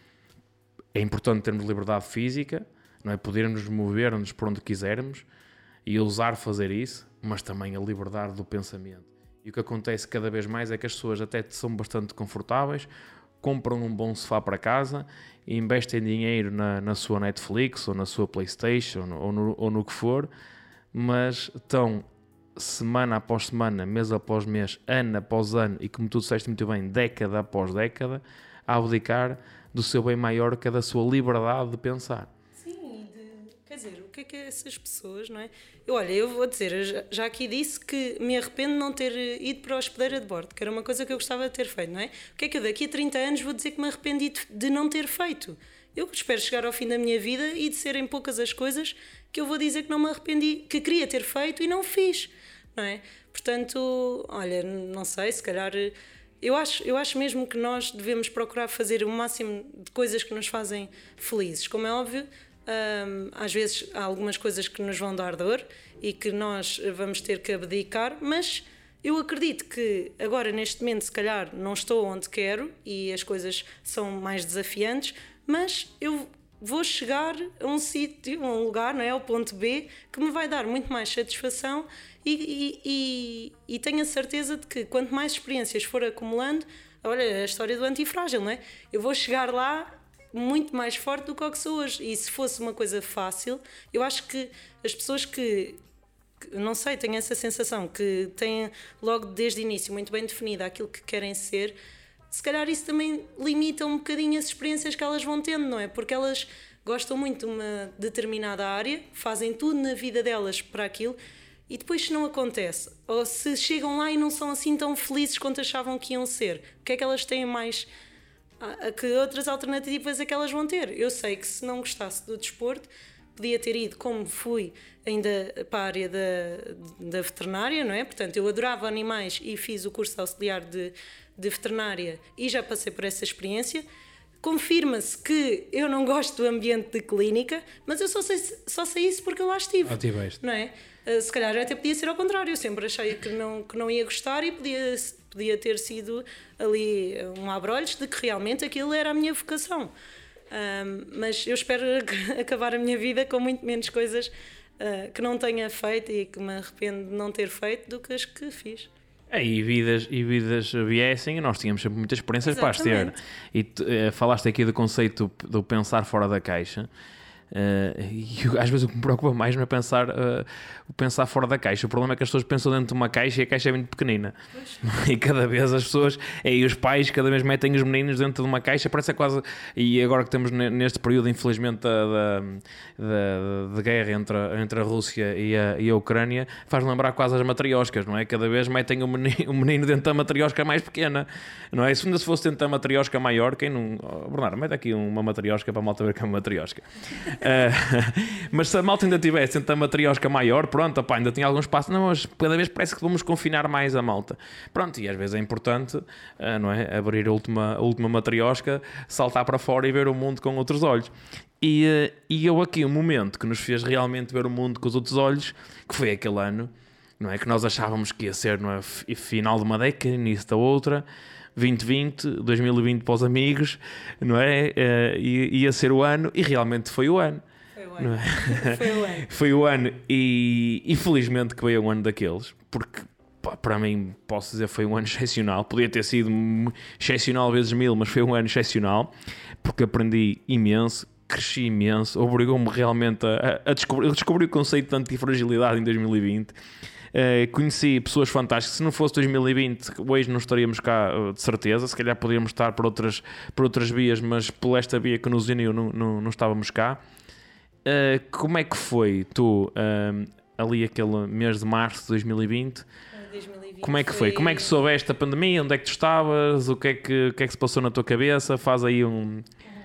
É importante termos liberdade física, não é? Podermos mover-nos por onde quisermos e ousar fazer isso, mas também a liberdade do pensamento. E o que acontece cada vez mais é que as pessoas até são bastante confortáveis, compram um bom sofá para casa e investem dinheiro na sua Netflix ou na sua PlayStation ou no que for, mas estão semana após semana, mês após mês, ano após ano, e como tu disseste muito bem, década após década, a abdicar do seu bem maior, que é da sua liberdade de pensar. Sim, quer dizer, o que é essas pessoas, não é? Eu vou dizer, eu já aqui disse que me arrependo de não ter ido para a hospedeira de bordo, que era uma coisa que eu gostava de ter feito, não é? O que é que eu daqui a 30 anos vou dizer que me arrependi de não ter feito? Eu espero chegar ao fim da minha vida e de serem poucas as coisas que eu vou dizer que não me arrependi, que queria ter feito e não fiz, não é? Portanto, olha, não sei, se calhar... Eu acho mesmo que nós devemos procurar fazer o máximo de coisas que nos fazem felizes. Como é óbvio, às vezes há algumas coisas que nos vão dar dor e que nós vamos ter que abdicar, mas eu acredito que agora, neste momento, se calhar não estou onde quero e as coisas são mais desafiantes, mas eu vou chegar a um sítio, a um lugar, não é? Ao ponto B, que me vai dar muito mais satisfação e tenho a certeza de que quanto mais experiências for acumulando, olha, a história do antifrágil, não é? Eu vou chegar lá muito mais forte do que o que sou hoje. E se fosse uma coisa fácil, eu acho que as pessoas que não sei, tenho essa sensação, que têm logo desde o início muito bem definida aquilo que querem ser, se calhar isso também limita um bocadinho as experiências que elas vão tendo, não é? Porque elas gostam muito de uma determinada área, fazem tudo na vida delas para aquilo, e depois, se não acontece, ou se chegam lá e não são assim tão felizes quanto achavam que iam ser, o que é que elas têm mais? Que outras alternativas é que elas vão ter? Eu sei que se não gostasse do desporto, podia ter ido, como fui, ainda para a área da veterinária, não é? Portanto, eu adorava animais e fiz o curso auxiliar de veterinária e já passei por essa experiência. Confirma-se que eu não gosto do ambiente de clínica, mas eu só sei isso porque eu lá estive. Não é? Se calhar até podia ser ao contrário, eu sempre achei que não ia gostar e podia ter sido ali um abrolhos de que realmente aquilo era a minha vocação. Mas eu espero acabar a minha vida com muito menos coisas que não tenha feito e que me arrependo de não ter feito do que as que fiz. E vidas viessem, nós tínhamos sempre muitas experiências para as ter. E falaste aqui do conceito do pensar fora da caixa. E às vezes o que me preocupa mais não é pensar fora da caixa. O problema é que as pessoas pensam dentro de uma caixa e a caixa é muito pequenina. E cada vez as pessoas e os pais cada vez metem os meninos dentro de uma caixa. Parece quase. E agora que estamos neste período, infelizmente, da guerra entre a Rússia e a Ucrânia, faz lembrar quase as matrioscas, não é? Cada vez metem o menino dentro da matriosca mais pequena, não é? Se fosse dentro da matriosca maior, quem não. Bernardo, mete aqui uma matriosca para a malta ver que é uma matriosca. Mas se a malta ainda tivesse dentro da matriosca maior, pronto, opá, ainda tinha algum espaço. Não, mas cada vez parece que vamos confinar mais a malta. Pronto, e às vezes é importante, não é? Abrir a última matriosca, saltar para fora e ver o mundo com outros olhos. E eu aqui, um momento que nos fez realmente ver o mundo com os outros olhos, que foi aquele ano, não é? Que nós achávamos que ia ser, não é? Final de uma década, início da outra. 2020 para os amigos, não é? Ia ser o ano e realmente foi o ano. Não é? Foi o ano. Foi o ano e felizmente que veio um ano daqueles, porque para mim posso dizer foi um ano excepcional. Podia ter sido excepcional vezes 1000, mas foi um ano excepcional porque aprendi imenso, cresci imenso, obrigou-me realmente a descobrir. Eu descobri o conceito de antifragilidade em 2020. Conheci pessoas fantásticas. Se não fosse 2020, hoje não estaríamos cá de certeza. Se calhar poderíamos estar por outras vias, mas por esta via que nos uniu não estávamos cá. Como é que foi tu ali aquele mês de março de 2020? 2020 como é que foi? Como é que soubeste a pandemia? Onde é que tu estavas? O que é que se passou na tua cabeça? Faz aí um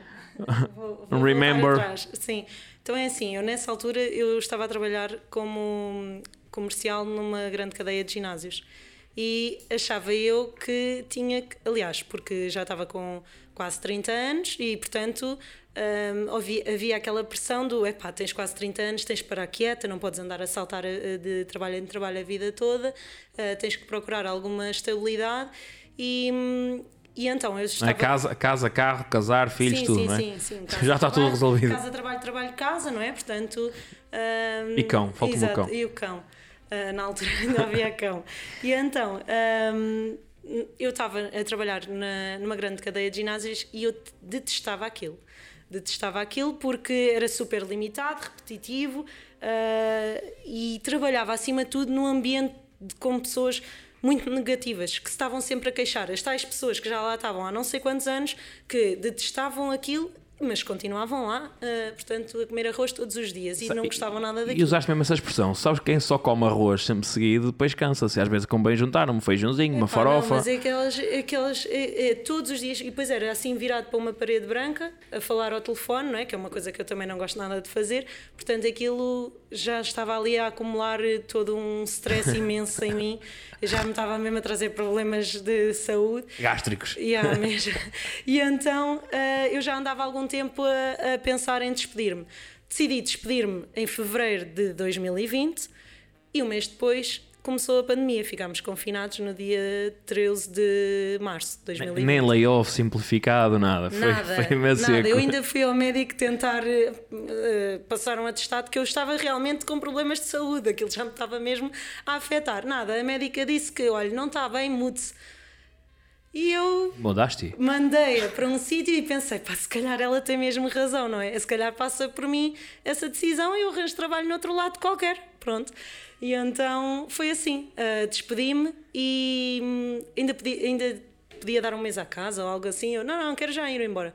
remember. Sim, então é assim, eu nessa altura eu estava a trabalhar como comercial numa grande cadeia de ginásios e achava eu que tinha que, aliás, porque já estava com quase 30 anos e portanto havia aquela pressão do tens quase 30 anos, tens que parar quieta, não podes andar a saltar de trabalho em trabalho a vida toda, tens que procurar alguma estabilidade e então eu estava... Casa, carro, casar, filhos, sim, tudo, sim, não é? Sim. Já está tudo resolvido. Casa, trabalho, casa, não é? Portanto... E cão, falta-me o cão. E o cão. Na altura ainda havia cão. E então, eu estava a trabalhar numa grande cadeia de ginásios e eu detestava aquilo. Detestava aquilo porque era super limitado, repetitivo e trabalhava acima de tudo num ambiente com pessoas muito negativas, que se estavam sempre a queixar. As tais pessoas que já lá estavam há não sei quantos anos, que detestavam aquilo, mas continuavam lá, portanto, a comer arroz todos os dias e não gostavam nada daquilo. E usaste mesmo essa expressão, sabes quem só come arroz sempre seguido, depois cansa-se, às vezes convém juntar um feijãozinho, uma farofa. Não, mas é aquelas todos os dias, e depois era assim virado para uma parede branca, a falar ao telefone, não é? Que é uma coisa que eu também não gosto nada de fazer, portanto aquilo já estava ali a acumular todo um stress imenso em mim, já me estava mesmo a trazer problemas de saúde. Gástricos. Mesmo. E então eu já andava há algum tempo a pensar em despedir-me. Decidi despedir-me em fevereiro de 2020 e um mês depois começou a pandemia. Ficámos confinados no dia 13 de março de 2020. Nem layoff simplificado, nada. Foi mesmo nada. Eu ainda fui ao médico tentar passar um atestado que eu estava realmente com problemas de saúde. Aquilo já me estava mesmo a afetar. Nada. A médica disse que, olha, não está bem, mude-se. E eu mandei-a para um sítio e pensei, se calhar ela tem mesmo razão, não é? Se calhar passa por mim essa decisão e eu arranjo trabalho no outro lado qualquer. Pronto. E então foi assim, despedi-me e ainda podia dar um mês à casa ou algo assim. Eu, não, quero já ir embora.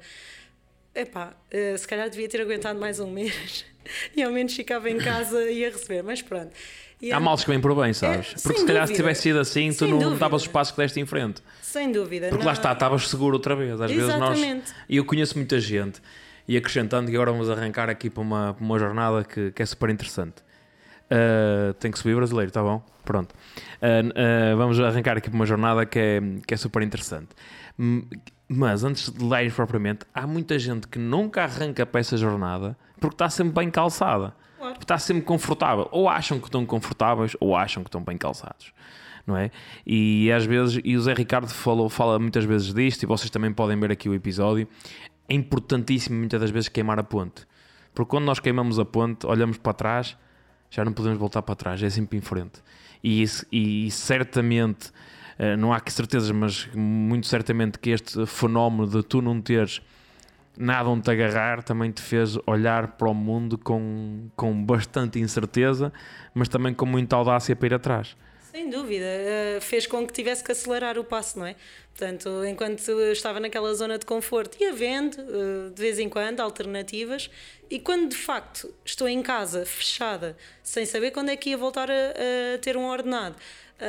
Se calhar devia ter aguentado mais um mês e ao menos ficava em casa e ia receber, mas pronto. Há males que vêm por bem, sabes? Porque se calhar se tivesse sido assim, tu não davas os passos que deste em frente. Sem dúvida. Porque lá está, estavas seguro outra vez. Às vezes e eu conheço muita gente, e acrescentando que agora vamos arrancar aqui para uma jornada que é super interessante. Tem que subir brasileiro, tá bom? Pronto. Vamos arrancar aqui para uma jornada que é super interessante. Mas antes de lermos propriamente, há muita gente que nunca arranca para essa jornada porque está sempre bem calçada. Claro. Está sempre confortável. Ou acham que estão confortáveis ou acham que estão bem calçados. Não é? E às vezes, e o Zé Ricardo fala muitas vezes disto, e vocês também podem ver aqui o episódio, é importantíssimo muitas das vezes queimar a ponte. Porque quando nós queimamos a ponte, olhamos para trás, já não podemos voltar para trás, é sempre em frente. E certamente, não há aqui certezas, mas muito certamente que este fenómeno de tu não teres nada onde te agarrar também te fez olhar para o mundo com bastante incerteza, mas também com muita audácia para ir atrás. Sem dúvida, fez com que tivesse que acelerar o passo, não é? Portanto, enquanto eu estava naquela zona de conforto, ia vendo, de vez em quando, alternativas, e quando de facto estou em casa, fechada, sem saber quando é que ia voltar a ter um ordenado,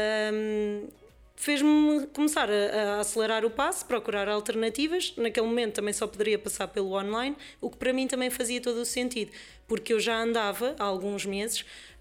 fez-me começar a acelerar o passo, procurar alternativas. Naquele momento também só poderia passar pelo online, o que para mim também fazia todo o sentido, porque eu já andava há alguns meses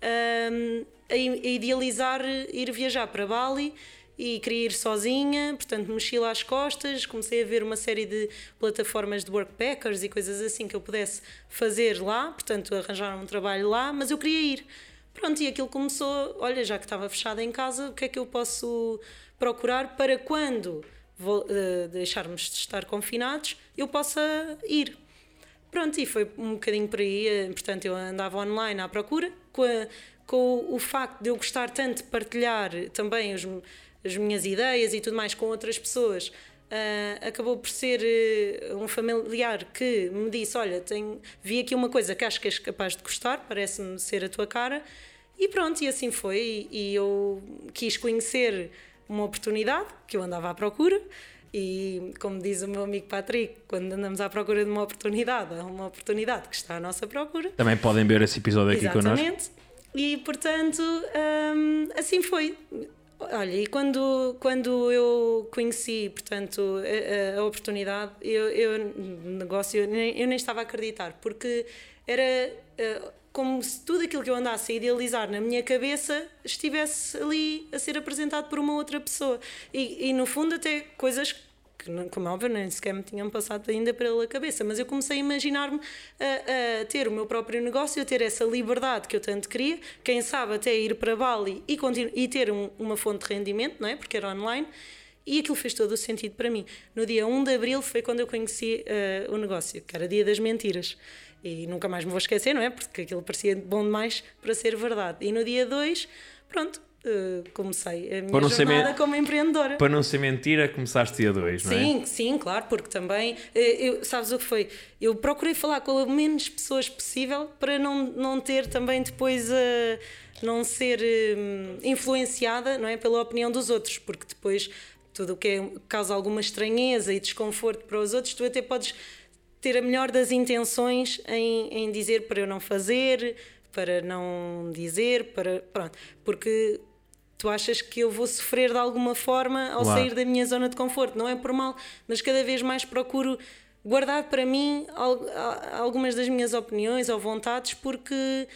a idealizar ir viajar para Bali e queria ir sozinha, portanto mochila às costas, comecei a ver uma série de plataformas de workpackers e coisas assim que eu pudesse fazer lá, portanto arranjar um trabalho lá, mas eu queria ir. Pronto, e aquilo começou, olha, já que estava fechada em casa, o que é que eu posso procurar para quando deixarmos de estar confinados, eu possa ir. Pronto, e foi um bocadinho por aí, portanto eu andava online à procura, com o facto de eu gostar tanto de partilhar também as minhas ideias e tudo mais com outras pessoas, acabou por ser um familiar que me disse, olha, vi aqui uma coisa que acho que és capaz de gostar, parece-me ser a tua cara, e pronto, e assim foi, e eu quis conhecer uma oportunidade que eu andava à procura, e como diz o meu amigo Patrick, quando andamos à procura de uma oportunidade, há uma oportunidade que está à nossa procura. Também podem ver esse episódio aqui connosco. Exatamente. E portanto, assim foi. Olha, e quando eu conheci, portanto, a oportunidade, eu nem estava a acreditar, porque era como se tudo aquilo que eu andasse a idealizar na minha cabeça estivesse ali a ser apresentado por uma outra pessoa. E no fundo até coisas que, como é óbvio, nem sequer me tinham passado ainda pela cabeça, mas eu comecei a imaginar-me a ter o meu próprio negócio, a ter essa liberdade que eu tanto queria, quem sabe até ir para Bali e ter uma fonte de rendimento, não é? Porque era online, e aquilo fez todo o sentido para mim. No dia 1 de Abril foi quando eu conheci o negócio, que era dia das mentiras, e nunca mais me vou esquecer, não é? Porque aquilo parecia bom demais para ser verdade. E no dia 2, pronto, comecei a minha jornada como empreendedora. Para não ser mentira, começaste dia 2, não é? Sim, claro, porque também, sabes o que foi? Eu procurei falar com a menos pessoas possível para não ter também depois não ser influenciada, não é, pela opinião dos outros, porque depois tudo o que causa alguma estranheza e desconforto para os outros, tu até podes ter a melhor das intenções em dizer para eu não fazer, para não dizer, pronto, porque tu achas que eu vou sofrer de alguma forma ao sair da minha zona de conforto, não é por mal, mas cada vez mais procuro guardar para mim algumas das minhas opiniões ou vontades, porque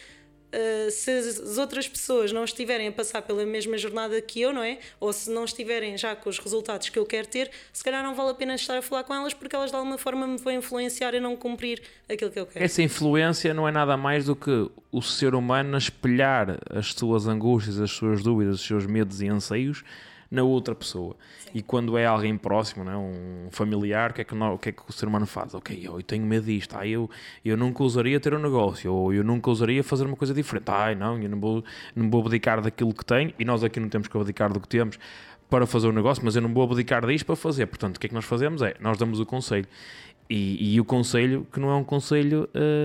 se as outras pessoas não estiverem a passar pela mesma jornada que eu, não é? Ou se não estiverem já com os resultados que eu quero ter, se calhar não vale a pena estar a falar com elas, porque elas de alguma forma me vão influenciar a não cumprir aquilo que eu quero. Essa influência não é nada mais do que o ser humano a espelhar as suas angústias, as suas dúvidas, os seus medos e anseios na outra pessoa. Sim. E quando é alguém próximo, não é? Um familiar, o que é que o ser humano faz? Ok, eu tenho medo disto, eu nunca ousaria ter um negócio, ou eu nunca ousaria fazer uma coisa diferente, não, eu não vou abdicar daquilo que tenho, e nós aqui não temos que abdicar do que temos para fazer o negócio, mas eu não vou abdicar disto para fazer. Portanto, o que é que nós fazemos? Nós damos o conselho. E o conselho que não é um conselho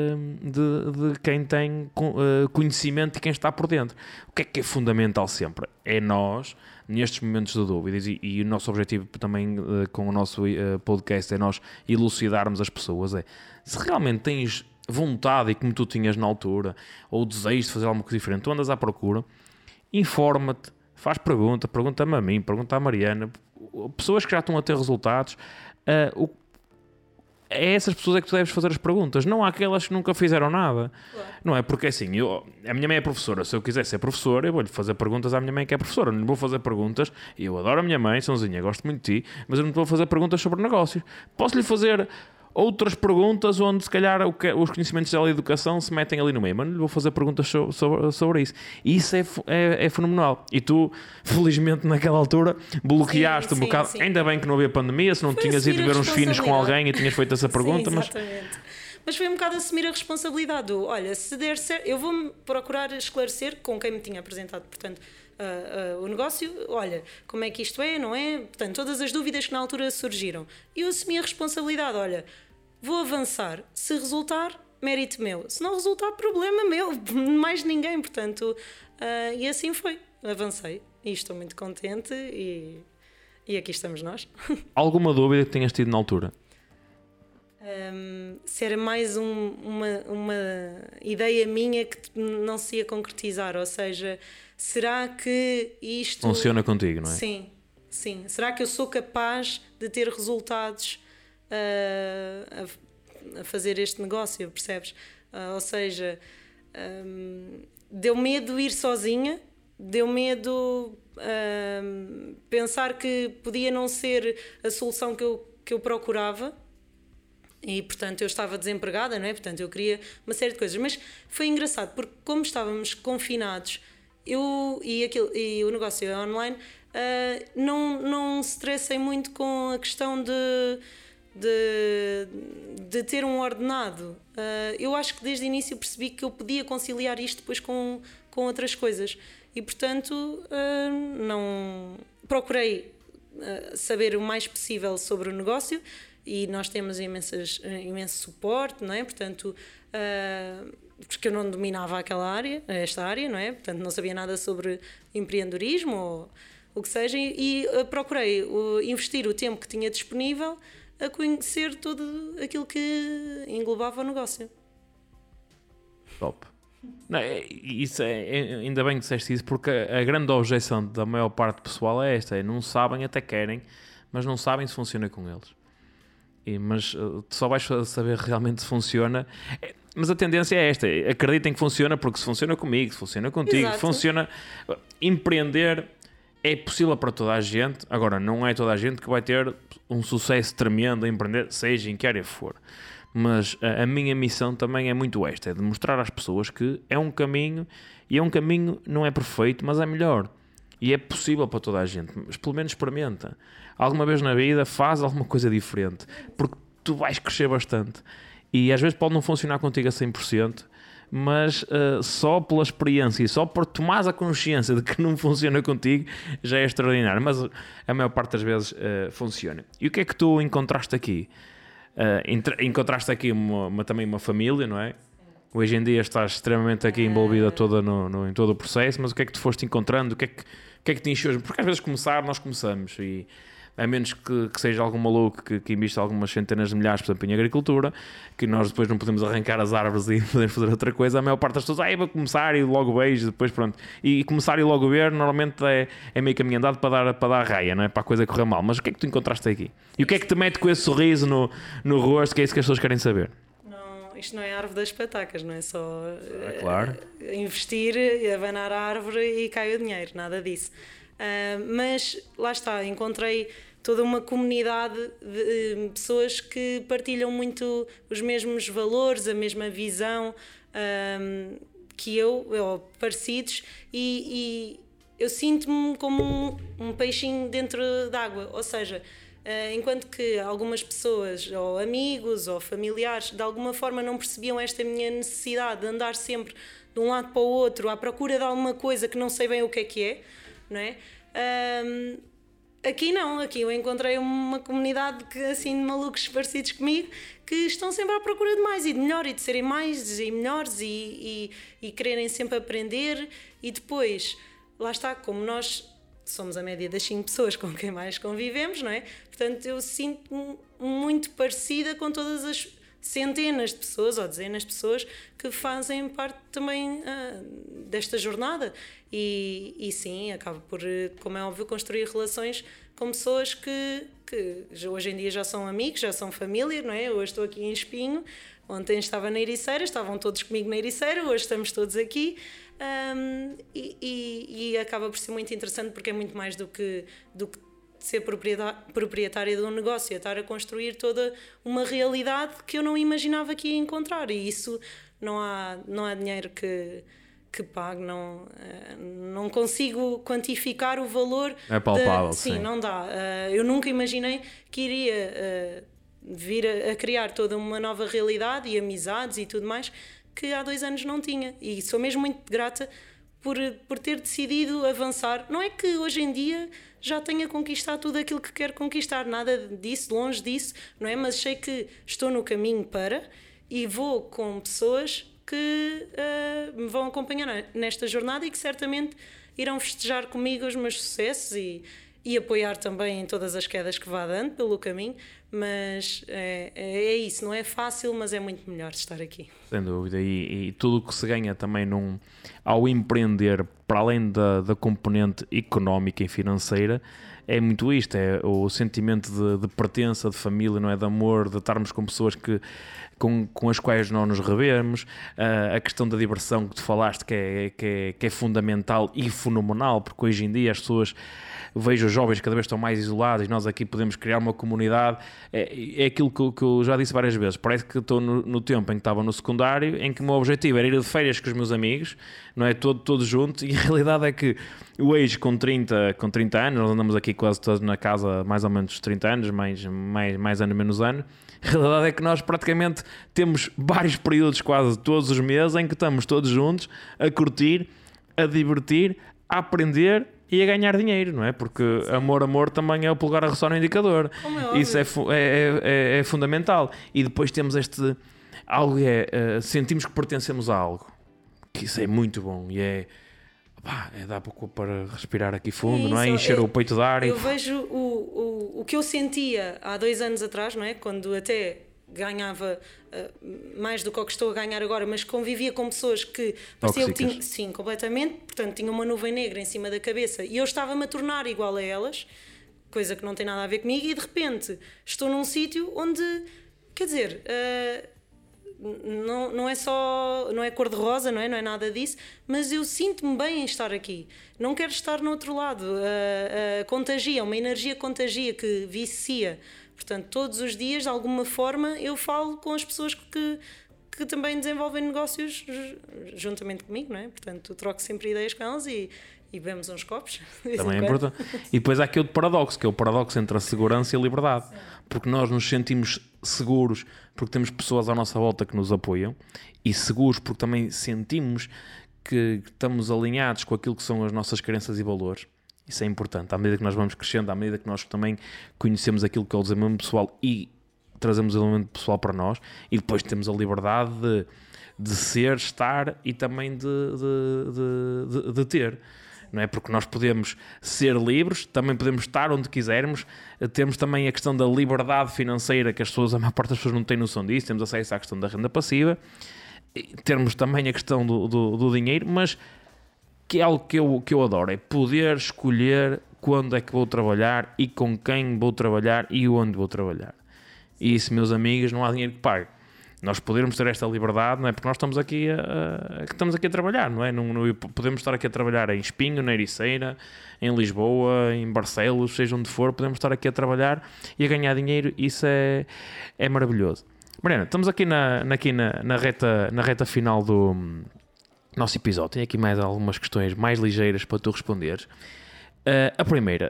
de quem tem conhecimento e quem está por dentro. O que é fundamental sempre? É nós, nestes momentos de dúvidas, e o nosso objetivo também com o nosso podcast é nós elucidarmos as pessoas, se realmente tens vontade, e como tu tinhas na altura, ou desejo de fazer alguma coisa diferente, tu andas à procura, informa-te, faz pergunta-me a mim, pergunta à Mariana, pessoas que já estão a ter resultados, é essas pessoas é que tu deves fazer as perguntas, não há aquelas que nunca fizeram nada. Claro. Não é? Porque assim, a minha mãe é professora, se eu quiser ser professor, eu vou-lhe fazer perguntas à minha mãe que é professora, não lhe vou fazer perguntas, eu adoro a minha mãe, Sãozinha, gosto muito de ti, mas eu não te vou fazer perguntas sobre negócios. Posso-lhe fazer outras perguntas onde se calhar os conhecimentos da educação se metem ali no meio. Mas não lhe vou fazer perguntas sobre isso. E isso é fenomenal. E tu, felizmente, naquela altura, bloqueaste um bocado. Sim. Ainda bem que não havia pandemia, se não tinhas ido ver uns finos com alguém e tinhas feito essa pergunta. Sim, exatamente. Mas foi um bocado assumir a responsabilidade do, olha, se der certo, eu vou-me procurar esclarecer com quem me tinha apresentado, portanto, o negócio, olha, como é que isto é, não é? Portanto, todas as dúvidas que na altura surgiram. E eu assumi a responsabilidade, olha, vou avançar, se resultar, mérito meu, se não resultar, problema meu, mais ninguém, portanto, e assim foi, avancei e estou muito contente e aqui estamos nós. Alguma dúvida que tenhas tido na altura? Se era mais uma ideia minha que não se ia concretizar, ou seja, será que isto... Funciona contigo, não é? Sim, sim. Será que eu sou capaz de ter resultados a fazer este negócio, percebes? Ou seja, deu medo ir sozinha, deu medo pensar que podia não ser a solução que eu procurava. E, portanto, eu estava desempregada, não é? Portanto, eu queria uma série de coisas. Mas foi engraçado, porque como estávamos confinados, e o negócio é online, não stressei muito com a questão de ter um ordenado. Eu acho que desde o início percebi que eu podia conciliar isto depois com outras coisas. E, portanto, não procurei saber o mais possível sobre o negócio. E nós temos imenso suporte, não é? Portanto, porque eu não dominava esta área, não é? Portanto, não sabia nada sobre empreendedorismo ou o que seja, e procurei investir o tempo que tinha disponível a conhecer tudo aquilo que englobava o negócio. Top. Não, ainda bem que disseste isso, porque a grande objeção da maior parte do pessoal é esta: não sabem, até querem, mas não sabem se funciona com eles. Mas tu só vais saber realmente se funciona. Mas a tendência é esta: acreditem que funciona, porque se funciona comigo, se funciona contigo, funciona. Empreender é possível para toda a gente. Agora, não é toda a gente que vai ter um sucesso tremendo a empreender, seja em que área for. Mas a minha missão também é muito esta: é de mostrar às pessoas que é um caminho, e é um caminho, não é perfeito, mas é melhor. E é possível para toda a gente, mas pelo menos experimenta. Alguma vez na vida faz alguma coisa diferente, porque tu vais crescer bastante. E às vezes pode não funcionar contigo a 100%, mas só pela experiência e só por tomares a consciência de que não funciona contigo já é extraordinário. Mas a maior parte das vezes funciona. E o que é que tu encontraste aqui? Encontraste aqui também uma família, não é? Hoje em dia estás extremamente aqui envolvida toda em todo o processo, mas o que é que tu foste encontrando? O que é que te encheu? Porque às vezes nós começamos, e a menos que seja algum maluco que invista algumas centenas de milhares, por exemplo, em agricultura, que nós depois não podemos arrancar as árvores e podemos fazer outra coisa, a maior parte das pessoas, vou começar e logo vejo, depois pronto. E começar e logo ver, normalmente é meio caminho andado para dar raia, não é? Para a coisa correr mal. Mas o que é que tu encontraste aqui? E o que é que te mete com esse sorriso no rosto, que é isso que as pessoas querem saber? Isto não é a árvore das patacas, não é só claro. Investir, abanar a árvore e cai o dinheiro, nada disso. Mas lá está, encontrei toda uma comunidade de pessoas que partilham muito os mesmos valores, a mesma visão que ou parecidos, e eu sinto-me como um peixinho dentro d'água, ou seja, enquanto que algumas pessoas, ou amigos, ou familiares, de alguma forma não percebiam esta minha necessidade de andar sempre de um lado para o outro à procura de alguma coisa que não sei bem o que é, não é? Aqui não, aqui eu encontrei uma comunidade assim, de malucos parecidos comigo, que estão sempre à procura de mais e de melhor, e de serem mais e melhores, e quererem sempre aprender. E depois, lá está, como nós somos a média das 5 pessoas com quem mais convivemos, não é? Portanto, eu sinto-me muito parecida com todas as centenas de pessoas ou dezenas de pessoas que fazem parte também desta jornada. E sim, acabo por, como é óbvio, construir relações com pessoas que hoje em dia já são amigos, já são família, não é? Hoje estou aqui em Espinho, ontem estava na Ericeira, estavam todos comigo na Ericeira, hoje estamos todos aqui. E acaba por ser muito interessante, porque é muito mais do que ser proprietária de um negócio, a estar a construir toda uma realidade que eu não imaginava que ia encontrar, e isso não há dinheiro que pague, não consigo quantificar o valor. É palpável, sim. Não dá. Eu nunca imaginei que iria vir a criar toda uma nova realidade e amizades e tudo mais que há 2 anos não tinha, e sou mesmo muito grata por ter decidido avançar. Não é que hoje em dia já tenha conquistado tudo aquilo que quero conquistar, nada disso, longe disso, não é? Mas sei que estou no caminho e vou com pessoas que me vão acompanhar nesta jornada e que certamente irão festejar comigo os meus sucessos e apoiar também em todas as quedas que vá dando pelo caminho, mas é isso, não é fácil, mas é muito melhor estar aqui. Sem dúvida, e tudo o que se ganha também ao empreender, para além da componente económica e financeira, é muito isto, é o sentimento de pertença, de família, não é? De amor, de estarmos com pessoas com as quais nós nos revemos, a questão da diversão que tu falaste, que é fundamental e fenomenal, porque hoje em dia as pessoas, vejo os jovens cada vez estão mais isolados e nós aqui podemos criar uma comunidade. É aquilo que eu já disse várias vezes, parece que estou no tempo em que estava no secundário, em que o meu objetivo era ir de férias com os meus amigos, não é? Todos juntos, e a realidade é que hoje com 30 anos, nós andamos aqui quase todos na casa mais ou menos 30 anos, mais ano menos ano. A realidade é que nós praticamente temos vários períodos, quase todos os meses, em que estamos todos juntos a curtir, a divertir, a aprender e a ganhar dinheiro, não é? Porque amor também é o polegar a roçar no indicador. Isso é fundamental. E depois temos algo sentimos que pertencemos a algo, que isso é muito bom e dá pouco para respirar aqui fundo, não é? Encher o peito de ar. Eu vejo o que eu sentia há 2 anos atrás, não é? Quando até ganhava mais do que o que estou a ganhar agora, mas convivia com pessoas que parecia que tinha, sim, completamente, portanto tinha uma nuvem negra em cima da cabeça e eu estava-me a tornar igual a elas, coisa que não tem nada a ver comigo, e de repente estou num sítio onde, quer dizer, não é cor-de-rosa, não é nada disso, mas eu sinto-me bem em estar aqui, não quero estar no outro lado. Contagia, uma energia contagia que vicia. Portanto, todos os dias, de alguma forma, eu falo com as pessoas que também desenvolvem negócios juntamente comigo, não é? Portanto, troco sempre ideias com elas e bebemos uns copos. Também é importante. E depois há aqui outro paradoxo, que é o paradoxo entre a segurança e a liberdade. Porque nós nos sentimos seguros porque temos pessoas à nossa volta que nos apoiam, e seguros porque também sentimos que estamos alinhados com aquilo que são as nossas crenças e valores. Isso é importante. À medida que nós vamos crescendo, à medida que nós também conhecemos aquilo que é o desenvolvimento pessoal e trazemos o elemento pessoal para nós, e depois temos a liberdade de ser, estar e também de ter. Não é? Porque nós podemos ser livres, também podemos estar onde quisermos, temos também a questão da liberdade financeira, que a maior parte das pessoas não tem noção disso, temos acesso à questão da renda passiva, termos também a questão do dinheiro, mas que é algo que eu adoro, é poder escolher quando é que vou trabalhar e com quem vou trabalhar e onde vou trabalhar. E isso, meus amigos, não há dinheiro que pague. Nós podermos ter esta liberdade, não é? Porque nós estamos aqui a trabalhar, não é? Não podemos estar aqui a trabalhar em Espinho, na Ericeira, em Lisboa, em Barcelos, seja onde for, podemos estar aqui a trabalhar e a ganhar dinheiro. Isso é maravilhoso. Mariana, estamos aqui na reta final do nosso episódio. Tenho aqui mais algumas questões mais ligeiras para tu responderes. A primeira,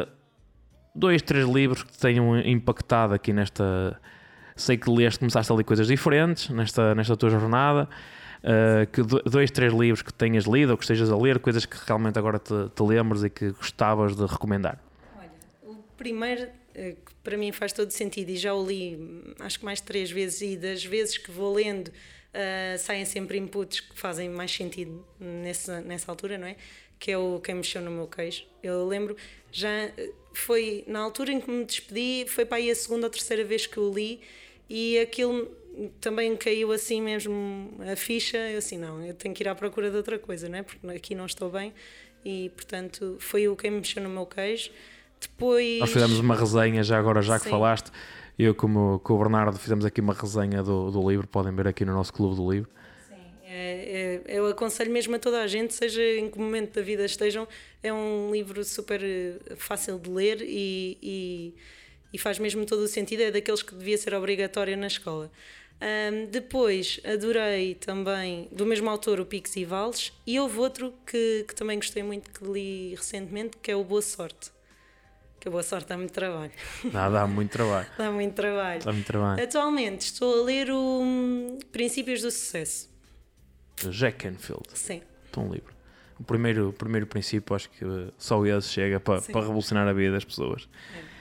2, 3 livros que te tenham impactado aqui nesta... Sei que começaste a ler coisas diferentes nesta tua jornada. Que 2, 3 livros que tenhas lido ou que estejas a ler, coisas que realmente agora te lembres e que gostavas de recomendar. Olha, o primeiro, que para mim faz todo sentido, e já o li acho que mais de 3 vezes, e das vezes que vou lendo saem sempre inputs que fazem mais sentido nessa altura, não é? Que é o Quem Mexeu no Meu Queijo. Eu lembro, já foi na altura em que me despedi, foi para aí a 2ª ou 3ª vez que o li, e aquilo também caiu assim mesmo a ficha. Eu assim, não, eu tenho que ir à procura de outra coisa, não é? Porque aqui não estou bem, e portanto foi o Quem Mexeu no Meu Queijo. Depois... Nós fizemos uma resenha já Sim. que falaste, eu com o Bernardo fizemos aqui uma resenha do livro, podem ver aqui no nosso Clube do Livro. Sim, Eu aconselho mesmo a toda a gente, seja em que momento da vida estejam, é um livro super fácil de ler e faz mesmo todo o sentido, é daqueles que devia ser obrigatório na escola. Depois adorei também, do mesmo autor, o Picos e Vales, e houve outro que também gostei muito, que li recentemente, que é o Boa Sorte. Que a Boa Sorte dá muito trabalho. Dá muito trabalho. Dá muito trabalho. Dá muito trabalho. Atualmente estou a ler o Princípios do Sucesso. Jack Canfield. Sim. Um livro. O primeiro princípio, acho que só esse chega para revolucionar a vida das pessoas.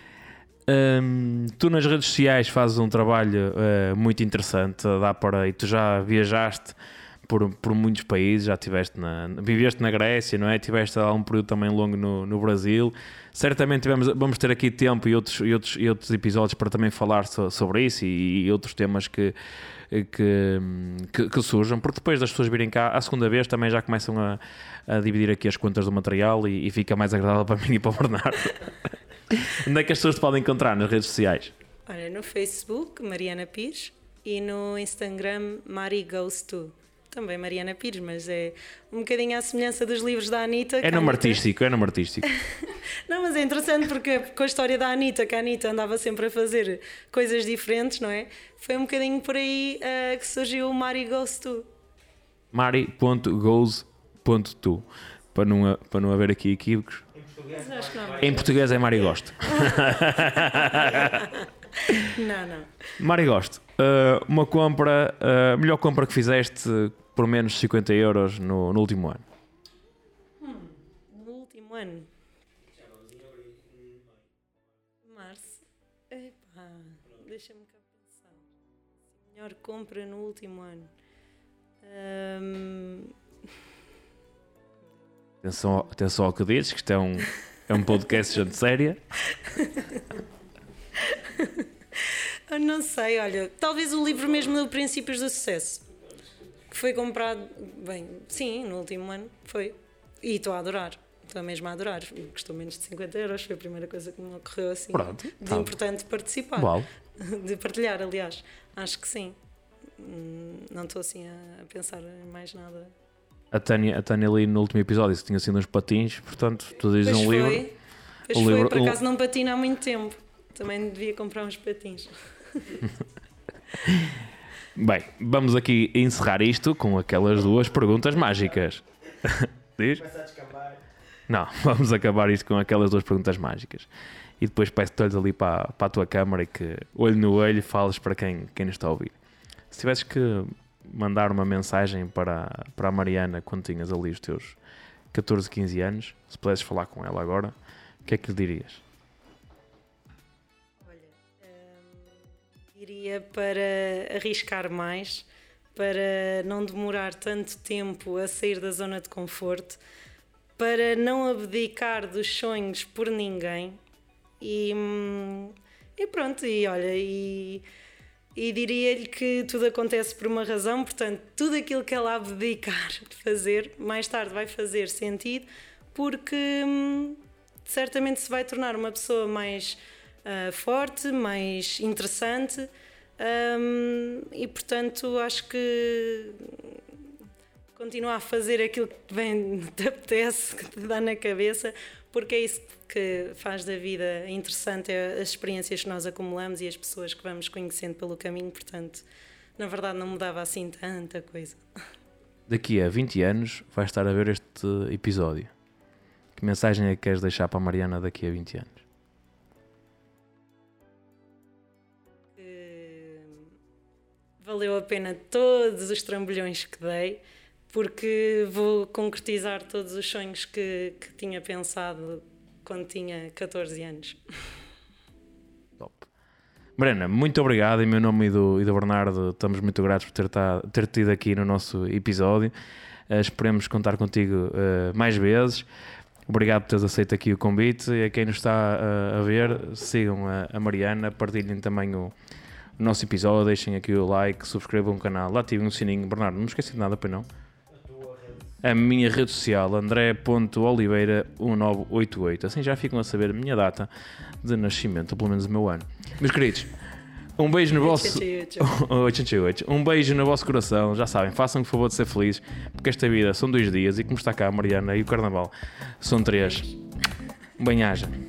Tu nas redes sociais fazes um trabalho muito interessante, e tu já viajaste por muitos países, já viveste na Grécia, não é? Tiveste há um período também longo no Brasil. Certamente vamos ter aqui tempo e outros episódios para também falar sobre isso e outros temas que surjam, porque depois das pessoas virem cá a segunda vez também já começam a dividir aqui as contas do material e fica mais agradável para mim e para o Bernardo. Onde é que as pessoas te podem encontrar nas redes sociais? Olha, no Facebook, Mariana Pires, e no Instagram, Mari Goes To. Também Mariana Pires, mas é um bocadinho à semelhança dos livros da Anitta. É nome artístico. Não, mas é interessante porque com a história da Anitta, que a Anitta andava sempre a fazer coisas diferentes, não é? Foi um bocadinho por aí que surgiu o Mari Goes To. Mari.goes.to, para não haver aqui equívocos. Em português é Mari Gosto. Não. Mari Gosto, uma compra, melhor compra que fizeste por menos de 50 euros no último ano? No último ano? Março. Epá, deixa-me cá pensar. Melhor compra no último ano. Atenção ao que dizes, que isto é um podcast de gente séria. Eu não sei, olha, talvez o livro mesmo do Princípios do Sucesso, que foi comprado, sim, no último ano, foi, e estou mesmo a adorar, custou menos de 50 euros, foi a primeira coisa que me ocorreu assim. Pronto, importante participar, de partilhar, aliás, acho que sim, não estou assim a pensar em mais nada. A Tânia ali no último episódio tinha sido uns patins, portanto, tu dizes pois um foi, livro. Pois foi, por acaso não patino há muito tempo. Também devia comprar uns patins. Bem, vamos aqui encerrar isto com aquelas duas perguntas mágicas. Diz? Não, vamos acabar isto com aquelas duas perguntas mágicas. E depois peço-te olhos ali para a tua câmara e que, olho no olho, fales para quem nos está a ouvir. Se tivesses que mandar uma mensagem para a Mariana quando tinhas ali os teus 14, 15 anos, se pudesses falar com ela agora, o que é que lhe dirias? Olha, diria para arriscar mais, para não demorar tanto tempo a sair da zona de conforto, para não abdicar dos sonhos por ninguém e pronto, e olha, e diria-lhe que tudo acontece por uma razão, portanto, tudo aquilo que ela abdicar de fazer, mais tarde vai fazer sentido, porque certamente se vai tornar uma pessoa mais forte, mais interessante, e portanto acho que continuar a fazer aquilo que bem te apetece, que te dá na cabeça, porque é isso que faz da vida interessante, é as experiências que nós acumulamos e as pessoas que vamos conhecendo pelo caminho, portanto, na verdade não mudava assim tanta coisa. Daqui a 20 anos vais estar a ver este episódio. Que mensagem é que queres deixar para a Mariana daqui a 20 anos? Que valeu a pena todos os trambolhões que dei, porque vou concretizar todos os sonhos que tinha pensado quando tinha 14 anos. Top. Mariana, muito obrigado. Em meu nome e do Bernardo, estamos muito gratos por ter tido aqui no nosso episódio. Esperemos contar contigo mais vezes. Obrigado por teres aceito aqui o convite. E a quem nos está a ver, sigam a Mariana, partilhem também o nosso episódio, deixem aqui o like, subscrevam o canal, ativem o sininho. Bernardo, não me esqueci de nada, pois não? A minha rede social, andré.oliveira1988. Assim já ficam a saber a minha data de nascimento, ou pelo menos o meu ano. Meus queridos, Um beijo no vosso... 88. Um beijo no vosso coração. Já sabem, façam o favor de ser felizes, porque esta vida são 2 dias e como está cá a Mariana e o Carnaval são 3. Bem-aja.